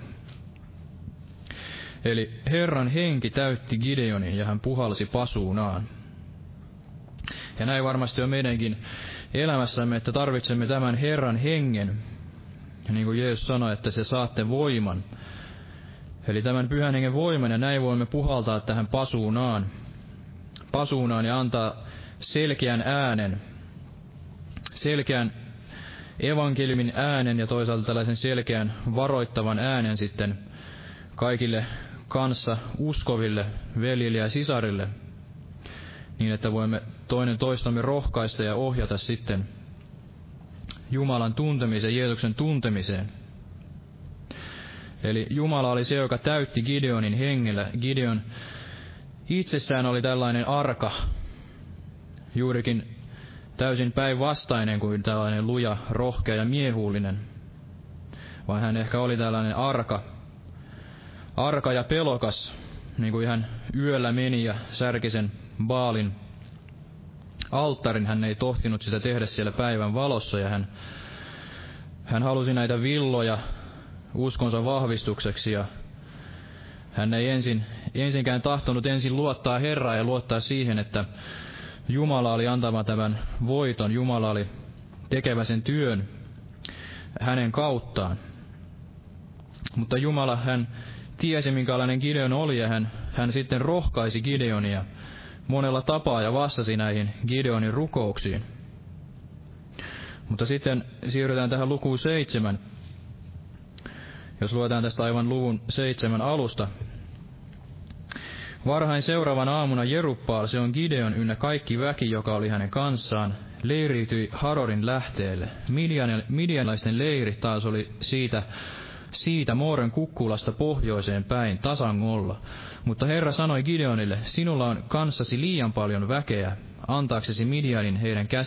Eli Herran henki täytti Gideonin, ja hän puhalsi pasuunaan. Ja näin varmasti on meidänkin elämässämme, että tarvitsemme tämän Herran hengen. Ja niin kuin Jeesus sanoi, että se saatte voiman. Eli tämän Pyhän Hengen voiman, ja näin voimme puhaltaa tähän pasuunaan ja antaa selkeän äänen, selkeän evankeliumin äänen ja toisaalta tällaisen selkeän varoittavan äänen sitten kaikille kanssa uskoville, veljille ja sisarille. niin että voimme toinen toistamme rohkaista ja ohjata sitten Jumalan tuntemiseen, Jeesuksen tuntemiseen. Eli Jumala oli se, joka täytti Gideonin hengellä. Gideon itsessään oli tällainen arka, juurikin täysin päinvastainen kuin tällainen luja, rohkea ja miehuullinen. Vaan hän ehkä oli tällainen arka ja pelokas, niin kuin hän yöllä meni ja särki sen Baalin alttarin. Hän ei tohtinut sitä tehdä siellä päivän valossa, ja hän halusi näitä villoja uskonsa vahvistukseksi, ja hän ei ensinkään tahtonut ensin luottaa Herraan ja luottaa siihen, että Jumala oli antama tämän voiton, Jumala oli tekevä sen työn hänen kauttaan. Mutta Jumala, hän tiesi, minkälainen Gideon oli, ja hän sitten rohkaisi Gideonia monella tapaa ja vastasi näihin Gideonin rukouksiin. Mutta sitten siirrytään tähän lukuun 7. Jos luetaan tästä aivan luvun 7 alusta. Varhain seuraavan aamuna Jerubbaal, se on Gideon ynnä kaikki väki, joka oli hänen kanssaan, leiriytyi Harorin lähteelle. Midianilaisten leiri taas oli siitä Mooren kukkulasta pohjoiseen päin tasangolla. Mutta Herra sanoi Gideonille, sinulla on kanssasi liian paljon väkeä, antaakseni Midianin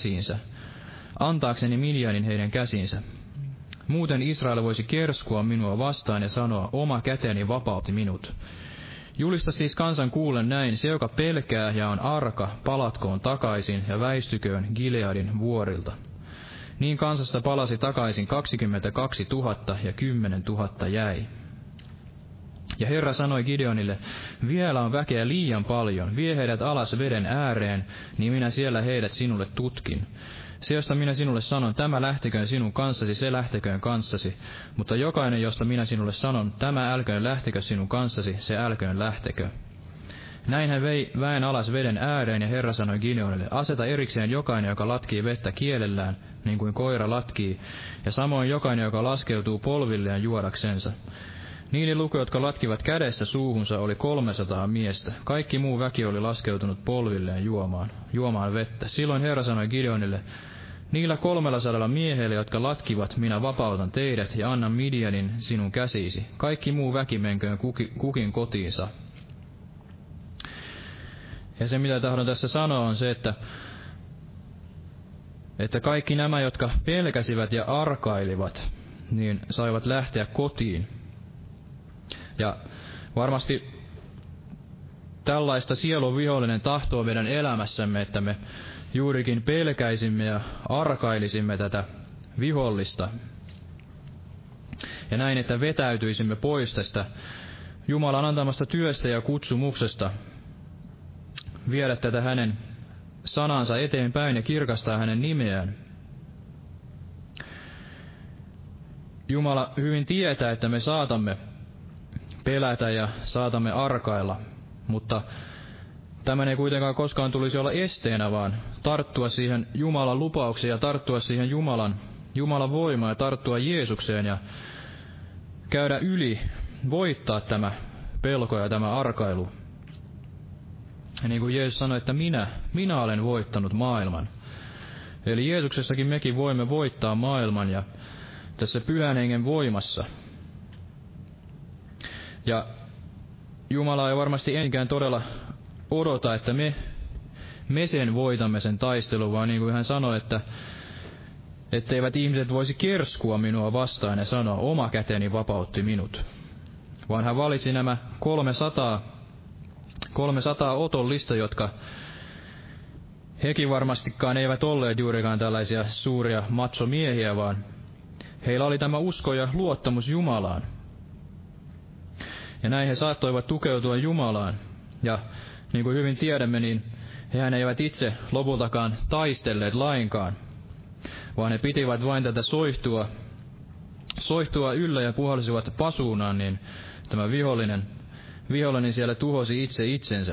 heidän käsiinsä. Muuten Israel voisi kerskua minua vastaan ja sanoa, oma käteni vapautti minut. Julista siis kansan kuullen näin, se joka pelkää ja on arka, palatkoon takaisin ja väistyköön Gileadin vuorilta. Niin kansasta palasi takaisin 22 000 ja 10 000 jäi. Ja Herra sanoi Gideonille, vielä on väkeä liian paljon, vie heidät alas veden ääreen, niin minä siellä heidät sinulle tutkin. Se, josta minä sinulle sanon, tämä lähteköön sinun kanssasi, se lähteköön kanssasi. Mutta jokainen, josta minä sinulle sanon, tämä älköön lähtekö sinun kanssasi, se älköön lähtekö. Näin hän vei väen alas veden ääreen, ja Herra sanoi Gideonille, aseta erikseen jokainen, joka latkii vettä kielellään, niin kuin koira latkii, ja samoin jokainen, joka laskeutuu polvilleen juodaksensa. Niiden luku, jotka latkivat kädestä suuhunsa, oli 300 miestä. Kaikki muu väki oli laskeutunut polvilleen juomaan vettä. Silloin Herra sanoi Gideonille, niillä 300 miehellä, jotka latkivat, minä vapautan teidät ja annan Midianin sinun käsiisi. Kaikki muu väki menköön kukin kotiinsa. Ja se, mitä tahdon tässä sanoa, on se, että kaikki nämä, jotka pelkäsivät ja arkailivat, niin saivat lähteä kotiin. Ja varmasti tällaista sielun vihollinen tahtoo meidän elämässämme, että me juurikin pelkäisimme ja arkailisimme tätä vihollista. Ja näin, että vetäytyisimme pois tästä Jumalan antamasta työstä ja kutsumuksesta, viedä tätä hänen sanansa eteenpäin ja kirkastaa hänen nimeään. Jumala hyvin tietää, että me saatamme pelätä ja saatamme arkailla, mutta tämän ei kuitenkaan koskaan tulisi olla esteenä, vaan tarttua siihen Jumalan lupaukseen ja tarttua siihen Jumalan voimaan ja tarttua Jeesukseen ja käydä yli, voittaa tämä pelko ja tämä arkailu. Ja niin kuin Jeesus sanoi, että minä olen voittanut maailman. Eli Jeesuksessakin mekin voimme voittaa maailman ja tässä Pyhän Hengen voimassa. Ja Jumala ei varmasti enkään todella odota, että me sen voitamme sen taistelun, vaan niin kuin hän sanoi, etteivät ihmiset voisi kerskua minua vastaan ja sanoa, oma käteni vapautti minut. Vaan hän valitsi nämä 300 otollista, jotka hekin varmastikaan eivät olleet juurikaan tällaisia suuria matsomiehiä, vaan heillä oli tämä usko ja luottamus Jumalaan. Ja näin he saattoivat tukeutua Jumalaan. Ja niin kuin hyvin tiedämme, niin hehän eivät itse lopultakaan taistelleet lainkaan, vaan he pitivät vain tätä soihtua yllä ja puhalsivat pasuunaan, niin tämä vihollinen siellä tuhosi itse itsensä.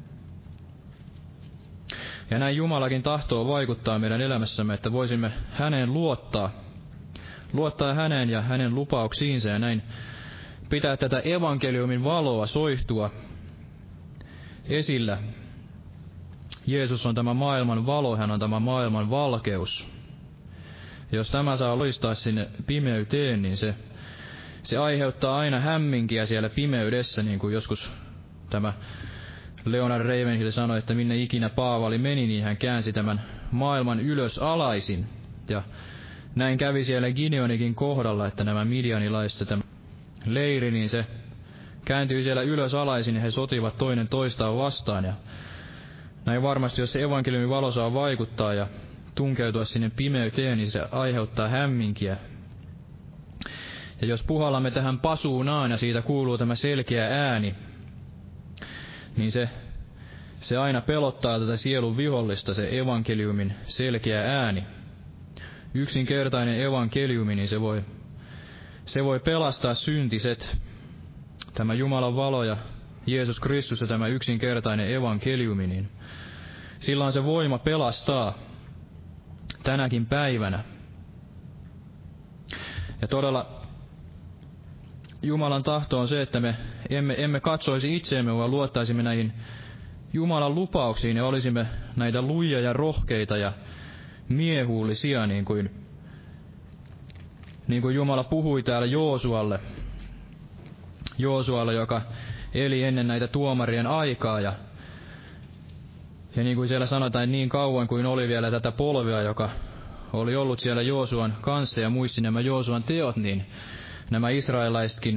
Ja näin Jumalakin tahtoo vaikuttaa meidän elämässämme, että voisimme häneen luottaa häneen ja hänen lupauksiinsa ja näin pitää tätä evankeliumin valoa soihtua esillä Jeesus on tämä maailman valo, hän on tämä maailman valkeus. Jos tämä saa loistaa sinne pimeyteen, niin se aiheuttaa aina hämminkiä siellä pimeydessä, niin kuin joskus tämä Leonard Ravenhill sanoi, että minne ikinä Paavali meni, niin hän käänsi tämän maailman ylös alaisin. Ja näin kävi siellä Gideonikin kohdalla, että nämä midianilaiset, tämä leiri, niin se kääntyi siellä ylös alaisin ja he sotivat toinen toistaan vastaan. Ja näin varmasti, jos se evankeliumin valo saa vaikuttaa ja tunkeutua sinne pimeyteen, niin se aiheuttaa hämminkiä. Ja jos puhallamme tähän pasuunaan ja siitä kuuluu tämä selkeä ääni, niin se aina pelottaa tätä sielun vihollista, se evankeliumin selkeä ääni. Yksinkertainen evankeliumi, niin se voi pelastaa syntiset. Tämä Jumalan valo ja Jeesus Kristus ja tämä yksinkertainen evankeliumi, niin sillä on se voima pelastaa tänäkin päivänä. Ja todella Jumalan tahto on se, että me emme katsoisi itseemme, vaan luottaisimme näihin Jumalan lupauksiin ja olisimme näitä lujia ja rohkeita ja miehuullisia, niin kuin Jumala puhui täällä Joosualle, joka eli ennen näitä tuomarien aikaa. Ja niin kuin siellä sanotaan, niin kauan kuin oli vielä tätä polvea, joka oli ollut siellä Joosuan kanssa ja muisti nämä Joosuan teot, niin nämä israelaisetkin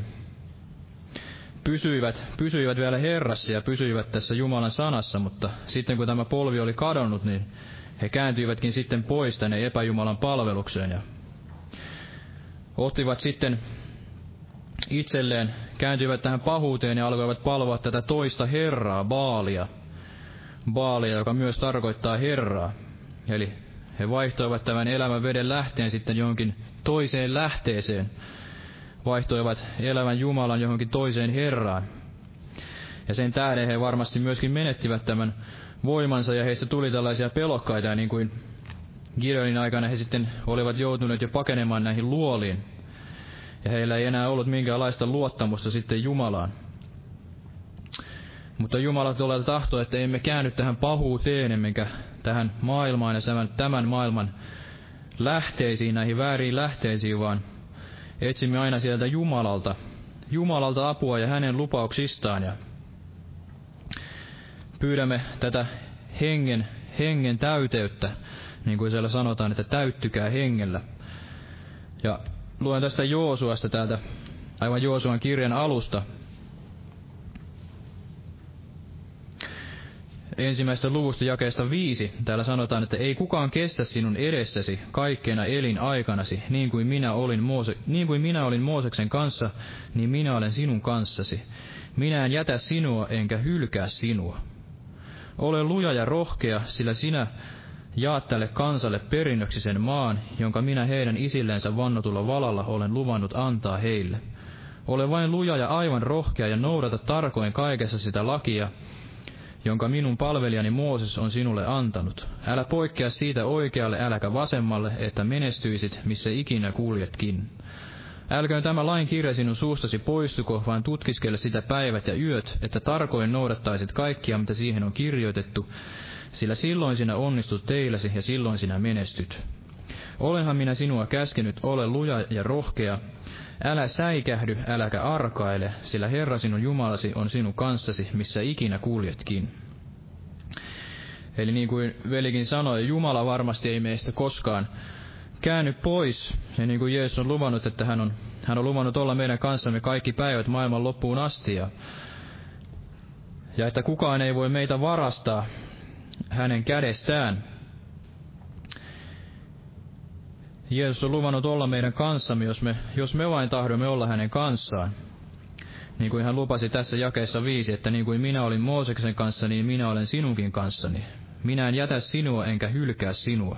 pysyivät vielä Herrassa ja pysyivät tässä Jumalan sanassa, mutta sitten kun tämä polvi oli kadonnut, niin he kääntyivätkin sitten pois tänne epäjumalan palvelukseen ja ottivat sitten itselleen, kääntyivät tähän pahuuteen ja alkoivat palvoa tätä toista Herraa, Baalia, joka myös tarkoittaa Herraa. Eli he vaihtoivat tämän elämän veden lähteen sitten johonkin toiseen lähteeseen, vaihtoivat elävän Jumalan johonkin toiseen Herraan. Ja sen tähden he varmasti myöskin menettivät tämän voimansa ja heistä tuli tällaisia pelokkaita, ja niin kuin Gideonin aikana he sitten olivat joutuneet jo pakenemaan näihin luoliin. Ja heillä ei enää ollut minkäänlaista luottamusta sitten Jumalaan. Mutta Jumala todella tahtoo, että emme käänny tähän pahuuteen, emmekä tähän maailmaan ja tämän maailman lähteisiin, näihin vääriin lähteisiin, vaan etsimme aina sieltä Jumalalta apua ja hänen lupauksistaan. Ja pyydämme tätä hengen täyteyttä, niin kuin siellä sanotaan, että täyttykää hengellä. Ja luen tästä Joosuasta täältä, aivan Joosuan kirjan alusta. Ensimmäisestä luvusta jakeesta 5. Täällä sanotaan, että ei kukaan kestä sinun edessäsi kaikkeena elinaikanasi, niin kuin minä olin Mooseksen kanssa, niin minä olen sinun kanssasi. Minä en jätä sinua enkä hylkää sinua. Ole luja ja rohkea, sillä sinä jaat tälle kansalle perinnöksi sen maan, jonka minä heidän isillensä vannotulla valalla olen luvannut antaa heille. Ole vain luja ja aivan rohkea ja noudata tarkoin kaikessa sitä lakia, jonka minun palvelijani Mooses on sinulle antanut. Älä poikkea siitä oikealle, äläkä vasemmalle, että menestyisit, missä ikinä kuljetkin. Älköön tämä lain kirja sinun suustasi poistuko, vaan tutkiskele sitä päivät ja yöt, että tarkoin noudattaisit kaikkia, mitä siihen on kirjoitettu, sillä silloin sinä onnistut teilläsi ja silloin sinä menestyt. Olenhan minä sinua käskenyt, ole luja ja rohkea, älä säikähdy, äläkä arkaile, sillä Herra sinun Jumalasi on sinun kanssasi, missä ikinä kuljetkin. Eli niin kuin velikin sanoi, Jumala varmasti ei meistä koskaan käänny pois. Ja niin kuin Jeesus on luvannut, että hän on luvannut olla meidän kanssamme kaikki päivät maailman loppuun asti. Ja että kukaan ei voi meitä varastaa hänen kädestään. Jeesus on luvannut olla meidän kanssamme, jos me vain tahdomme olla hänen kanssaan. Niin kuin hän lupasi tässä jakeessa 5, että niin kuin minä olin Mooseksen kanssa, niin minä olen sinunkin kanssani. Minä en jätä sinua enkä hylkää sinua.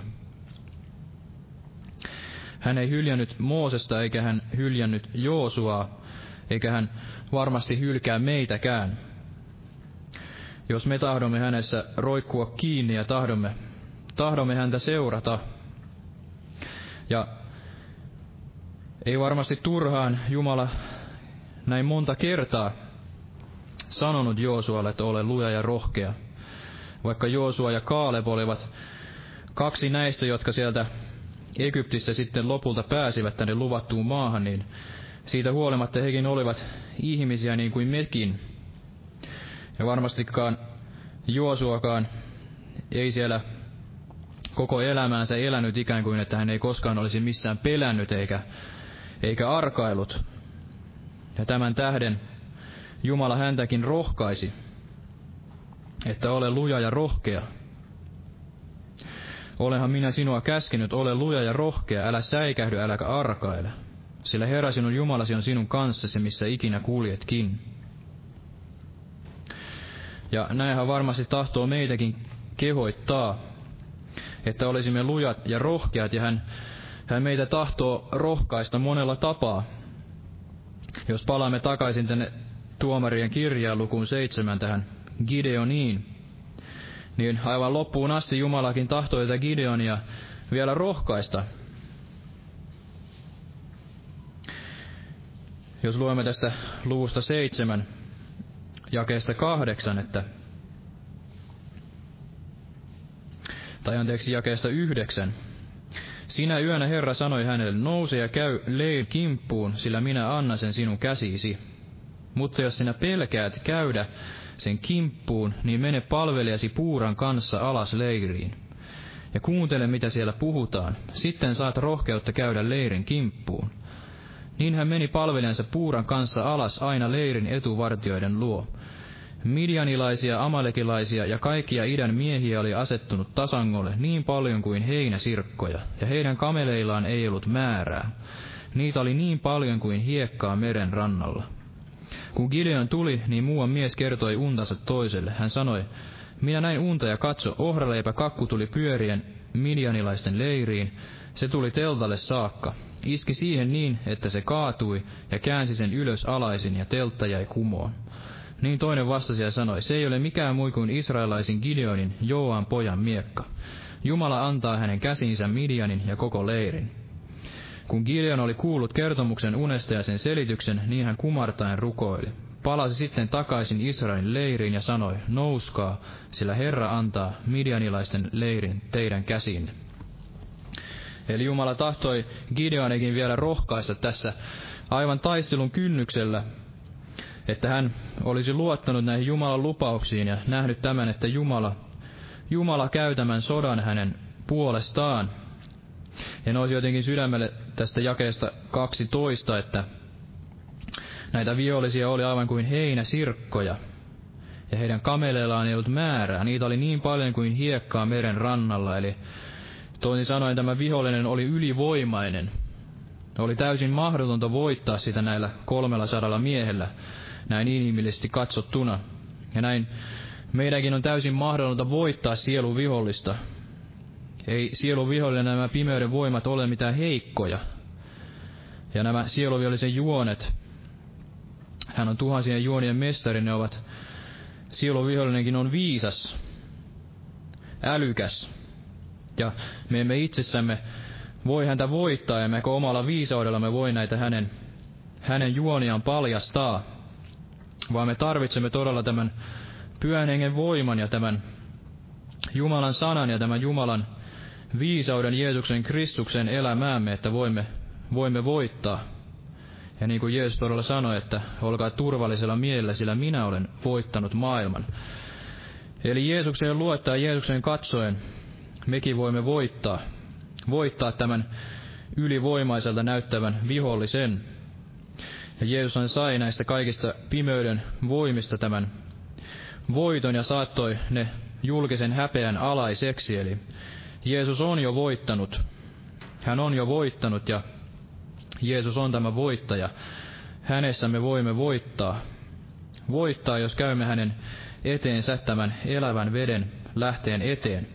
Hän ei hyljännyt Moosesta eikä hän hyljännyt Joosuaa, eikä hän varmasti hylkää meitäkään. Jos me tahdomme hänessä roikkua kiinni ja tahdomme häntä seurata. Ja ei varmasti turhaan Jumala näin monta kertaa sanonut Joosualle, että ole luja ja rohkea, vaikka Joosua ja Kaaleb olivat kaksi näistä, jotka sieltä Egyptistä sitten lopulta pääsivät tänne luvattuun maahan, niin siitä huolimatta hekin olivat ihmisiä niin kuin mekin. Ja varmastikaan Joosuakaan ei siellä koko elämäänsä elänyt ikään kuin, että hän ei koskaan olisi missään pelännyt eikä arkailut. Ja tämän tähden Jumala häntäkin rohkaisi, että ole luja ja rohkea. Olenhan minä sinua käskenyt, ole luja ja rohkea, älä säikähdy, äläkä arkaile. Sillä Herra sinun Jumalasi on sinun kanssasi, missä ikinä kuljetkin. Ja näinhän varmasti tahtoo meitäkin kehoittaa, että olisimme lujat ja rohkeat, ja hän meitä tahtoo rohkaista monella tapaa. Jos palaamme takaisin tänne Tuomarien kirjaan lukuun 7 tähän Gideoniin, niin aivan loppuun asti Jumalakin tahtoi tätä Gideonia vielä rohkaista. Jos luemme tästä luvusta 7, jakeesta 8, jakeesta 9. Sinä yönä Herra sanoi hänelle, nouse ja käy leirin kimppuun, sillä minä annan sen sinun käsisi. Mutta jos sinä pelkäät käydä sen kimppuun, niin mene palvelijasi Puuran kanssa alas leiriin. Ja kuuntele, mitä siellä puhutaan. Sitten saat rohkeutta käydä leirin kimppuun. Niin hän meni palvelijansa Puuran kanssa alas aina leirin etuvartioiden luo. Midianilaisia, amalekilaisia ja kaikkia idän miehiä oli asettunut tasangolle niin paljon kuin heinäsirkkoja, ja heidän kameleillaan ei ollut määrää. Niitä oli niin paljon kuin hiekkaa meren rannalla. Kun Gideon tuli, niin muuan mies kertoi untansa toiselle. Hän sanoi, minä näin unta ja katso, ohraleipä kakku tuli pyörien midianilaisten leiriin. Se tuli teltalle saakka. Iski siihen niin, että se kaatui ja käänsi sen ylös alaisin ja teltta jäi kumoon. Niin toinen vastasi ja sanoi, se ei ole mikään muu kuin israelaisin Gideonin, Joaan pojan miekka. Jumala antaa hänen käsiinsä Midianin ja koko leirin. Kun Gideon oli kuullut kertomuksen unesta ja sen selityksen, niin hän kumartaen rukoili. Palasi sitten takaisin Israelin leiriin ja sanoi, nouskaa, sillä Herra antaa midianilaisten leirin teidän käsiinne. Eli Jumala tahtoi Gideonikin vielä rohkaista tässä aivan taistelun kynnyksellä, että hän olisi luottanut näihin Jumalan lupauksiin ja nähnyt tämän, että Jumala käy tämän sodan hänen puolestaan. Ja nousi jotenkin sydämelle tästä jakeesta 12, että näitä vihollisia oli aivan kuin heinäsirkkoja, ja heidän kameleillaan ei ollut määrää. Niitä oli niin paljon kuin hiekkaa meren rannalla, eli toisin sanoen tämä vihollinen oli ylivoimainen. Oli täysin mahdotonta voittaa sitä näillä 300 miehellä, näin inhimillisesti katsottuna. Ja näin meidänkin on täysin mahdotonta voittaa sieluvihollista. Ei sieluvihollinen nämä pimeyden voimat ole mitään heikkoja. Ja nämä sieluvihollisen juonet, hän on tuhansien juonien mestari, ne ovat, sieluvihollinenkin on viisas, älykäs. Ja me emme itsessämme voi häntä voittaa, ja mekö omalla viisaudella me voi näitä hänen juoniaan paljastaa, vaan me tarvitsemme todella tämän Pyhän Hengen voiman ja tämän Jumalan sanan ja tämän Jumalan viisauden Jeesuksen Kristuksen elämäämme, että voimme voittaa. Ja niin kuin Jeesus todella sanoi, että olkaa turvallisella mielellä, sillä minä olen voittanut maailman. Eli Jeesukseen luottaa, Jeesukseen katsoen mekin voimme voittaa tämän ylivoimaiselta näyttävän vihollisen. Ja Jeesus sai näistä kaikista pimeyden voimista tämän voiton ja saattoi ne julkisen häpeän alaiseksi. Eli Jeesus on jo voittanut. Hän on jo voittanut ja Jeesus on tämä voittaja. Hänessä me voimme voittaa, jos käymme hänen eteensä tämän elävän veden lähteen eteen.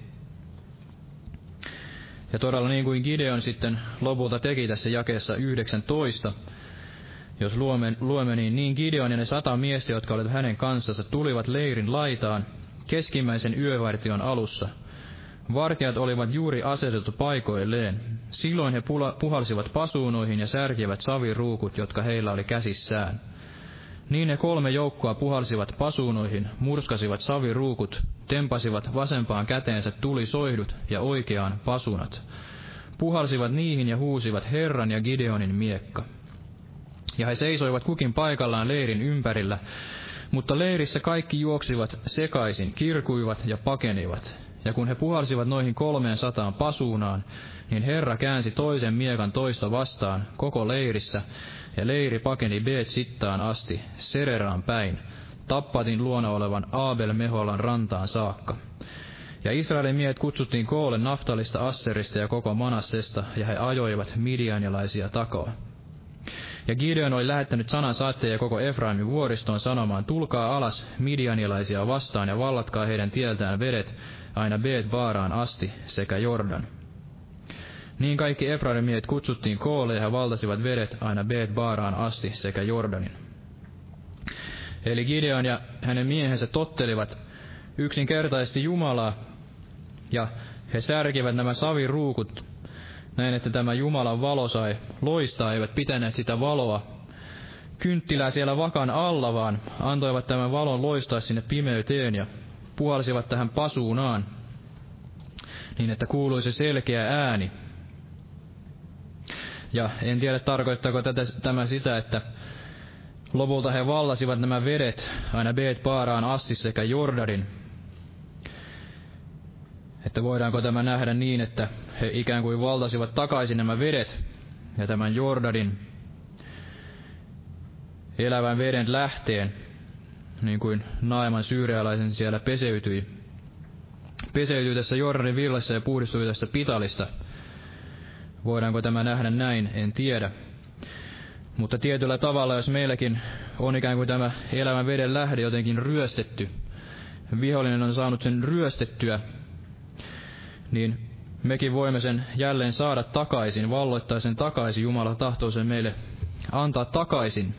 Ja todella niin kuin Gideon sitten lopulta teki tässä jakeessa 19, jos luemme niin Gideon ja ne 100 miestä, jotka olivat hänen kanssansa, tulivat leirin laitaan keskimmäisen yövartion alussa. Vartijat olivat juuri asetettu paikoilleen. Silloin he puhalsivat pasuunoihin ja särkivät saviruukut, jotka heillä oli käsissään. Niin ne 3 joukkoa puhalsivat pasuunoihin, murskasivat saviruukut, tempasivat vasempaan käteensä tulisoihdut ja oikeaan pasunat. Puhalsivat niihin ja huusivat Herran ja Gideonin miekka. Ja he seisoivat kukin paikallaan leirin ympärillä, mutta leirissä kaikki juoksivat sekaisin, kirkuivat ja pakenivat. Ja kun he puhalsivat noihin 300 pasuunaan, niin Herra käänsi toisen miekan toista vastaan koko leirissä, ja leiri pakeni Bet-Sittaan asti, Sereraan päin, Tappatin luona olevan Aabel-Meholan rantaan saakka. Ja Israelin miehet kutsuttiin koolle Naftalista, Asserista ja koko Manassesta, ja he ajoivat midianilaisia takaa. Ja Gideon oli lähettänyt sanan saatteja koko Efraimin vuoristoon sanomaan, tulkaa alas midianilaisia vastaan ja vallatkaa heidän tieltään vedet aina Bet-Baaraan asti sekä Jordan. Niin kaikki Efraimin miehet kutsuttiin koolle ja he valtasivat vedet aina Bet-Baaraan asti sekä Jordanin. Eli Gideon ja hänen miehensä tottelivat yksinkertaisesti Jumalaa, ja he särkivät nämä saviruukut näin, että tämä Jumalan valo sai loistaa, eivät pitäneet sitä valoa kynttilää siellä vakan alla, vaan antoivat tämän valon loistaa sinne pimeyteen ja puhalsivat tähän pasuunaan, niin että kuului se selkeä ääni. Ja en tiedä, tarkoittaako tämä sitä, että lopulta he vallasivat nämä vedet aina Bet-Baaraan asti sekä Jordanin. Että voidaanko tämä nähdä niin, että he ikään kuin valtasivat takaisin nämä vedet ja tämän Jordanin elävän veden lähteen, niin kuin Naaman syyrialaisen siellä peseytyi tässä Jordanin villassa ja puhdistui tästä pitalista. Voidaanko tämä nähdä näin, en tiedä. Mutta tietyllä tavalla, jos meilläkin on ikään kuin tämä elävän veden lähde jotenkin ryöstetty, vihollinen on saanut sen ryöstettyä, niin mekin voimme sen jälleen saada takaisin, valloittaa sen takaisin. Jumala tahtoo sen meille antaa takaisin.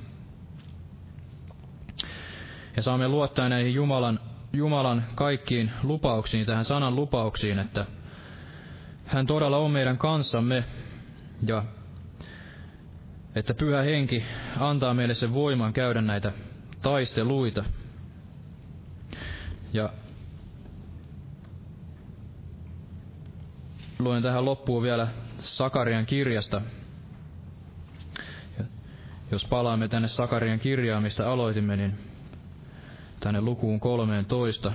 Ja saamme luottaa näihin Jumalan kaikkiin lupauksiin, tähän sanan lupauksiin, että hän todella on meidän kanssamme ja että Pyhä Henki antaa meille sen voiman käydä näitä taisteluita. Ja luen tähän loppuun vielä Sakarian kirjasta. Jos palaamme tänne Sakarian kirjaan, mistä aloitimme, niin tänne lukuun 13.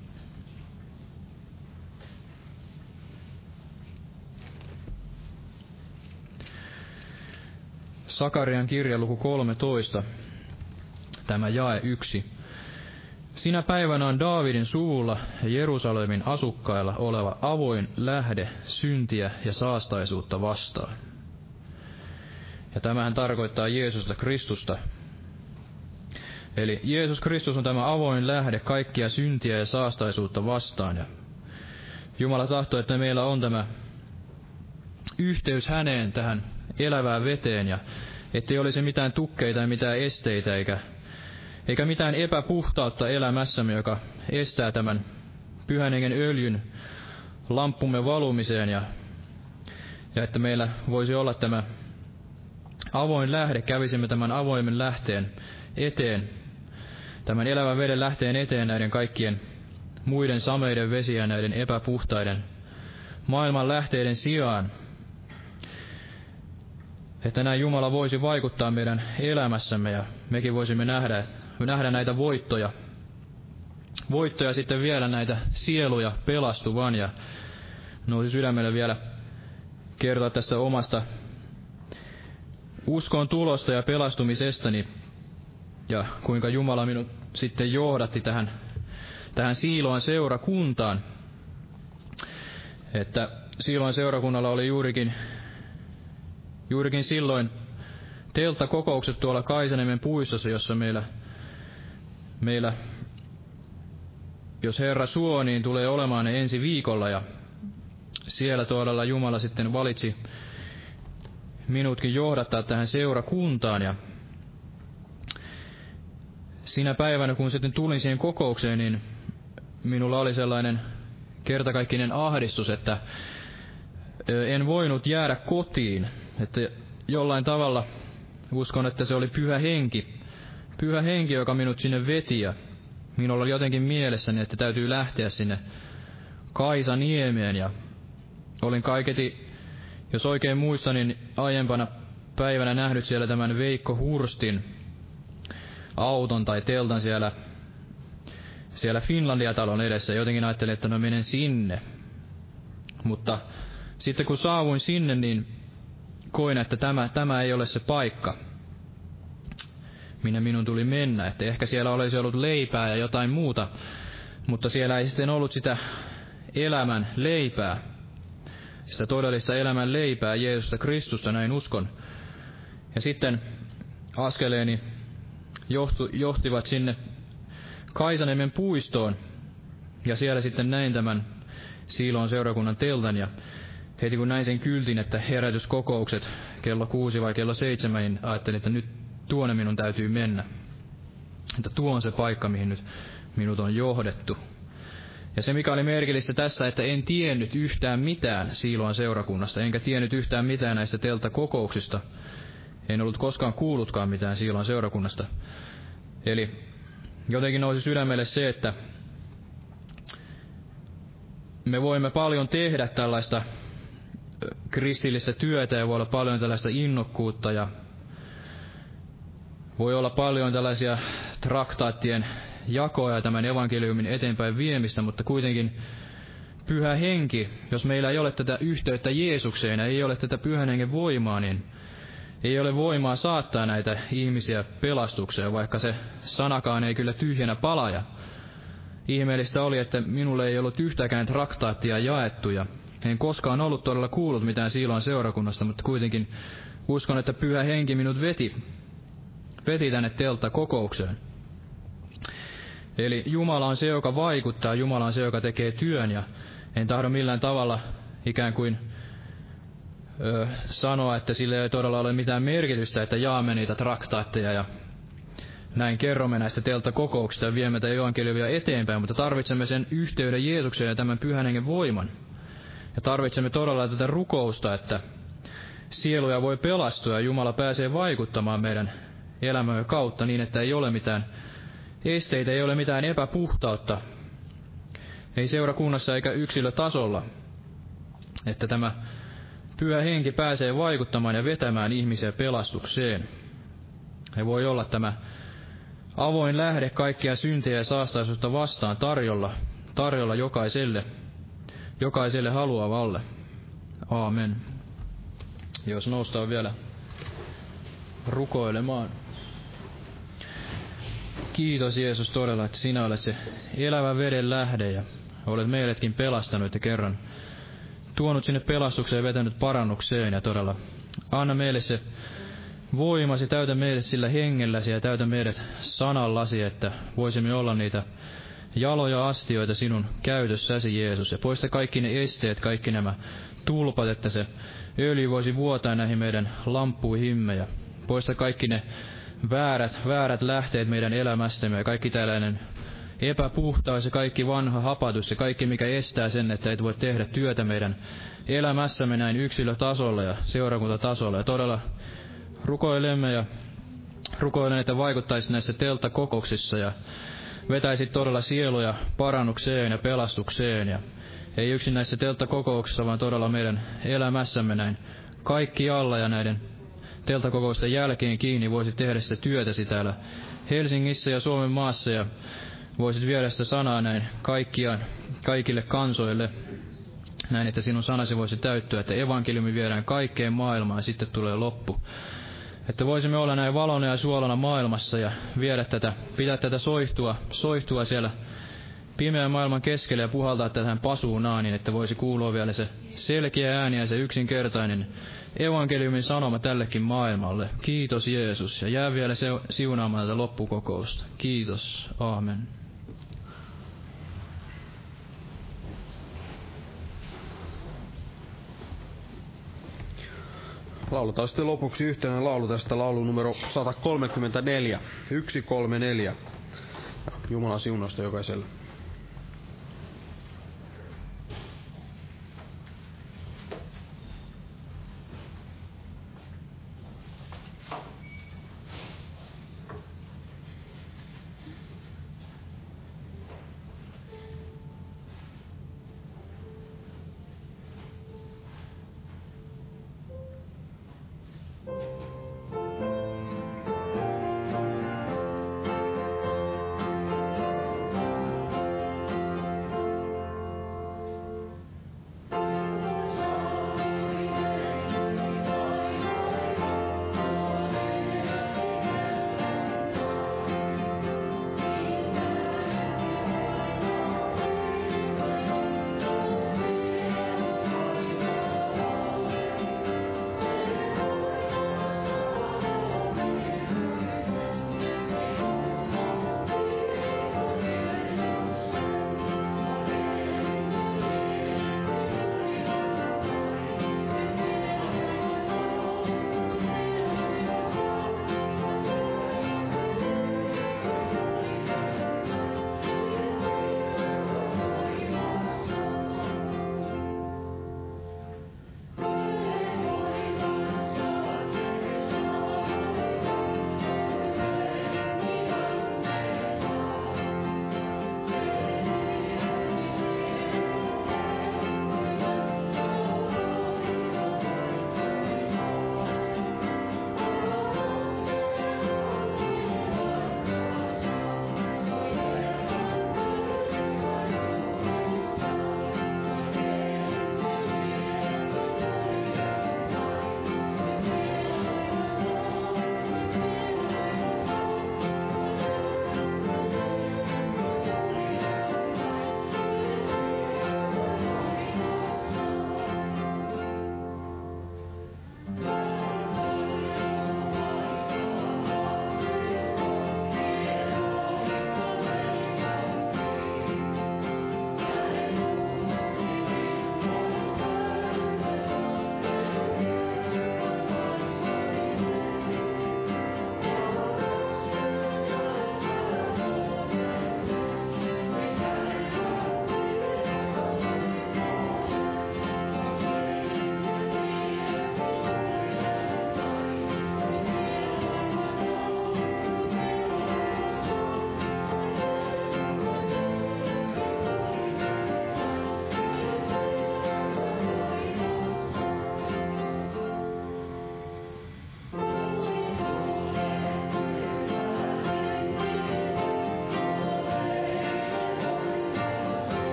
Sakarian kirja luku 13, tämä jae 1. Sinä päivänä on Daavidin suvulla ja Jerusalemin asukkailla oleva avoin lähde syntiä ja saastaisuutta vastaan. Ja tämähän tarkoittaa Jeesusta Kristusta. Eli Jeesus Kristus on tämä avoin lähde kaikkia syntiä ja saastaisuutta vastaan. Ja Jumala tahtoo, että meillä on tämä yhteys häneen tähän elävään veteen, ja ettei olisi mitään tukkeita ja mitään esteitä, eikä mitään epäpuhtautta elämässämme, joka estää tämän Pyhän Hengen öljyn lamppumme valumiseen, ja että meillä voisi olla tämä avoin lähde, kävisimme tämän avoimen lähteen eteen, tämän elävän veden lähteen eteen näiden kaikkien muiden sameiden vesiä, näiden epäpuhtaiden maailman lähteiden sijaan, että näin Jumala voisi vaikuttaa meidän elämässämme ja mekin voisimme nähdä näitä voittoja sitten vielä näitä sieluja pelastuvan. Ja nousi sydämelle vielä kertoa tästä omasta uskon tulosta ja pelastumisestani ja kuinka Jumala minut sitten johdatti tähän Siiloan seurakuntaan. Että Siiloan seurakunnalla oli juurikin silloin telttakokoukset tuolla Kaisaniemen puistossa, jossa meillä, jos Herra suo, niin tulee olemaan ne ensi viikolla. Ja siellä todella Jumala sitten valitsi minutkin johdattaa tähän seurakuntaan. Ja sinä päivänä, kun sitten tulin siihen kokoukseen, niin minulla oli sellainen kertakaikkinen ahdistus, että en voinut jäädä kotiin. Että jollain tavalla uskon, että se oli Pyhä Henki Pyhä Henki, joka minut sinne veti, ja minulla oli jotenkin mielessäni, että täytyy lähteä sinne Kaisaniemeen, ja olin kaiketi, jos oikein muistan, niin aiempana päivänä nähnyt siellä tämän Veikko Hurstin auton tai teltan siellä Finlandia-talon edessä. Jotenkin ajattelin, että no menen sinne. Mutta sitten kun saavuin sinne, niin koin, että tämä ei ole se paikka, minne minun tuli mennä. Että ehkä siellä olisi ollut leipää ja jotain muuta, mutta siellä ei sitten ollut sitä elämän leipää. Sitä todellista elämän leipää, Jeesusta Kristusta, näin uskon. Ja sitten askeleeni johtivat sinne Kaisaniemen puistoon, ja siellä sitten näin tämän Siiloon seurakunnan teltan, ja heti kun näin sen kyltin, että herätyskokoukset kello 6 vai kello 7, niin ajattelin, että nyt tuonne minun täytyy mennä. Että tuo on se paikka, mihin nyt minut on johdettu. Ja se, mikä oli merkillistä tässä, että en tiennyt yhtään mitään Siiloan seurakunnasta, enkä tiennyt yhtään mitään näistä telttakokouksista. En ollut koskaan kuullutkaan mitään Siiloan seurakunnasta. Eli jotenkin nousi sydämelle se, että me voimme paljon tehdä tällaista kristillistä työtä ja voi olla paljon tällaista innokkuutta ja voi olla paljon tällaisia traktaattien jakoa ja tämän evankeliumin eteenpäin viemistä, mutta kuitenkin Pyhä Henki, jos meillä ei ole tätä yhteyttä Jeesukseen ja ei ole tätä Pyhän Hengen voimaa, niin ei ole voimaa saattaa näitä ihmisiä pelastukseen, vaikka se sanakaan ei kyllä tyhjänä pala. Ja ihmeellistä oli, että minulle ei ollut yhtäkään traktaattia jaettu, ja en koskaan ollut todella kuullut mitään Siiloan seurakunnasta, mutta kuitenkin uskon, että Pyhä Henki minut veti tänne telttakokoukseen. Eli Jumala on se, joka vaikuttaa, Jumala on se, joka tekee työn, ja en tahdo millään tavalla ikään kuin sanoa, että sillä ei todella ole mitään merkitystä, että jaamme niitä traktaatteja ja näin kerromme näistä telttakokouksista ja viemme tätä evankeliumia eteenpäin, mutta tarvitsemme sen yhteyden Jeesukseen ja tämän Pyhän Hengen voiman. Ja tarvitsemme todella tätä rukousta, että sieluja voi pelastua ja Jumala pääsee vaikuttamaan meidän elämämme kautta niin, että ei ole mitään esteitä, ei ole mitään epäpuhtautta, ei seurakunnassa eikä yksilötasolla, että tämä Pyhä Henki pääsee vaikuttamaan ja vetämään ihmisiä pelastukseen. Ja voi olla tämä avoin lähde kaikkia syntejä ja saastaisuutta vastaan tarjolla jokaiselle haluavalle. Aamen. Jos noustaan vielä rukoilemaan. Kiitos Jeesus todella, että sinä olet se elävä veden lähde ja olet meidätkin pelastanut ja kerran tuonut sinne pelastukseen ja vetänyt parannukseen, ja todella anna meille se voimasi, täytä meidät sillä hengelläsi ja täytä meidät sanallasi, että voisimme olla niitä jaloja astioita sinun käytössäsi, Jeesus, ja poista kaikki ne esteet, kaikki nämä tulpat, että se öljy voisi vuotaa näihin meidän lamppuihimme, ja poista kaikki ne väärät lähteet meidän elämästämme ja kaikki tällainen epäpuhtaus ja kaikki vanha hapatus ja kaikki, mikä estää sen, että et voi tehdä työtä meidän elämässämme näin yksilötasolla ja seurakuntatasolla. Ja todella rukoilen, että vaikuttaisit näissä telttakokouksissa ja vetäisit todella sieluja parannukseen ja pelastukseen. Ja ei yksin näissä telttakokouksissa, vaan todella meidän elämässämme näin kaikki alla ja näiden telttakokousten jälkeen kiinni voisit tehdä sitä työtäsi täällä Helsingissä ja Suomen maassa ja voisit viedä sitä sanaa näin kaikille kansoille, näin, että sinun sanasi voisi täyttyä, että evankeliumi viedään kaikkeen maailmaan ja sitten tulee loppu. Että voisimme olla näin valona ja suolana maailmassa ja pitää tätä soihtua siellä pimeän maailman keskellä ja puhaltaa tähän pasuunaan, niin että voisi kuulua vielä se selkeä ääni ja se yksinkertainen evankeliumin sanoma tällekin maailmalle. Kiitos Jeesus, ja jää vielä siunaamaan tätä loppukokousta. Kiitos. Aamen. Lauletaan sitten lopuksi yhtenä laulu tästä, laulu numero 134. 134. Jumalan siunausta jokaiselle.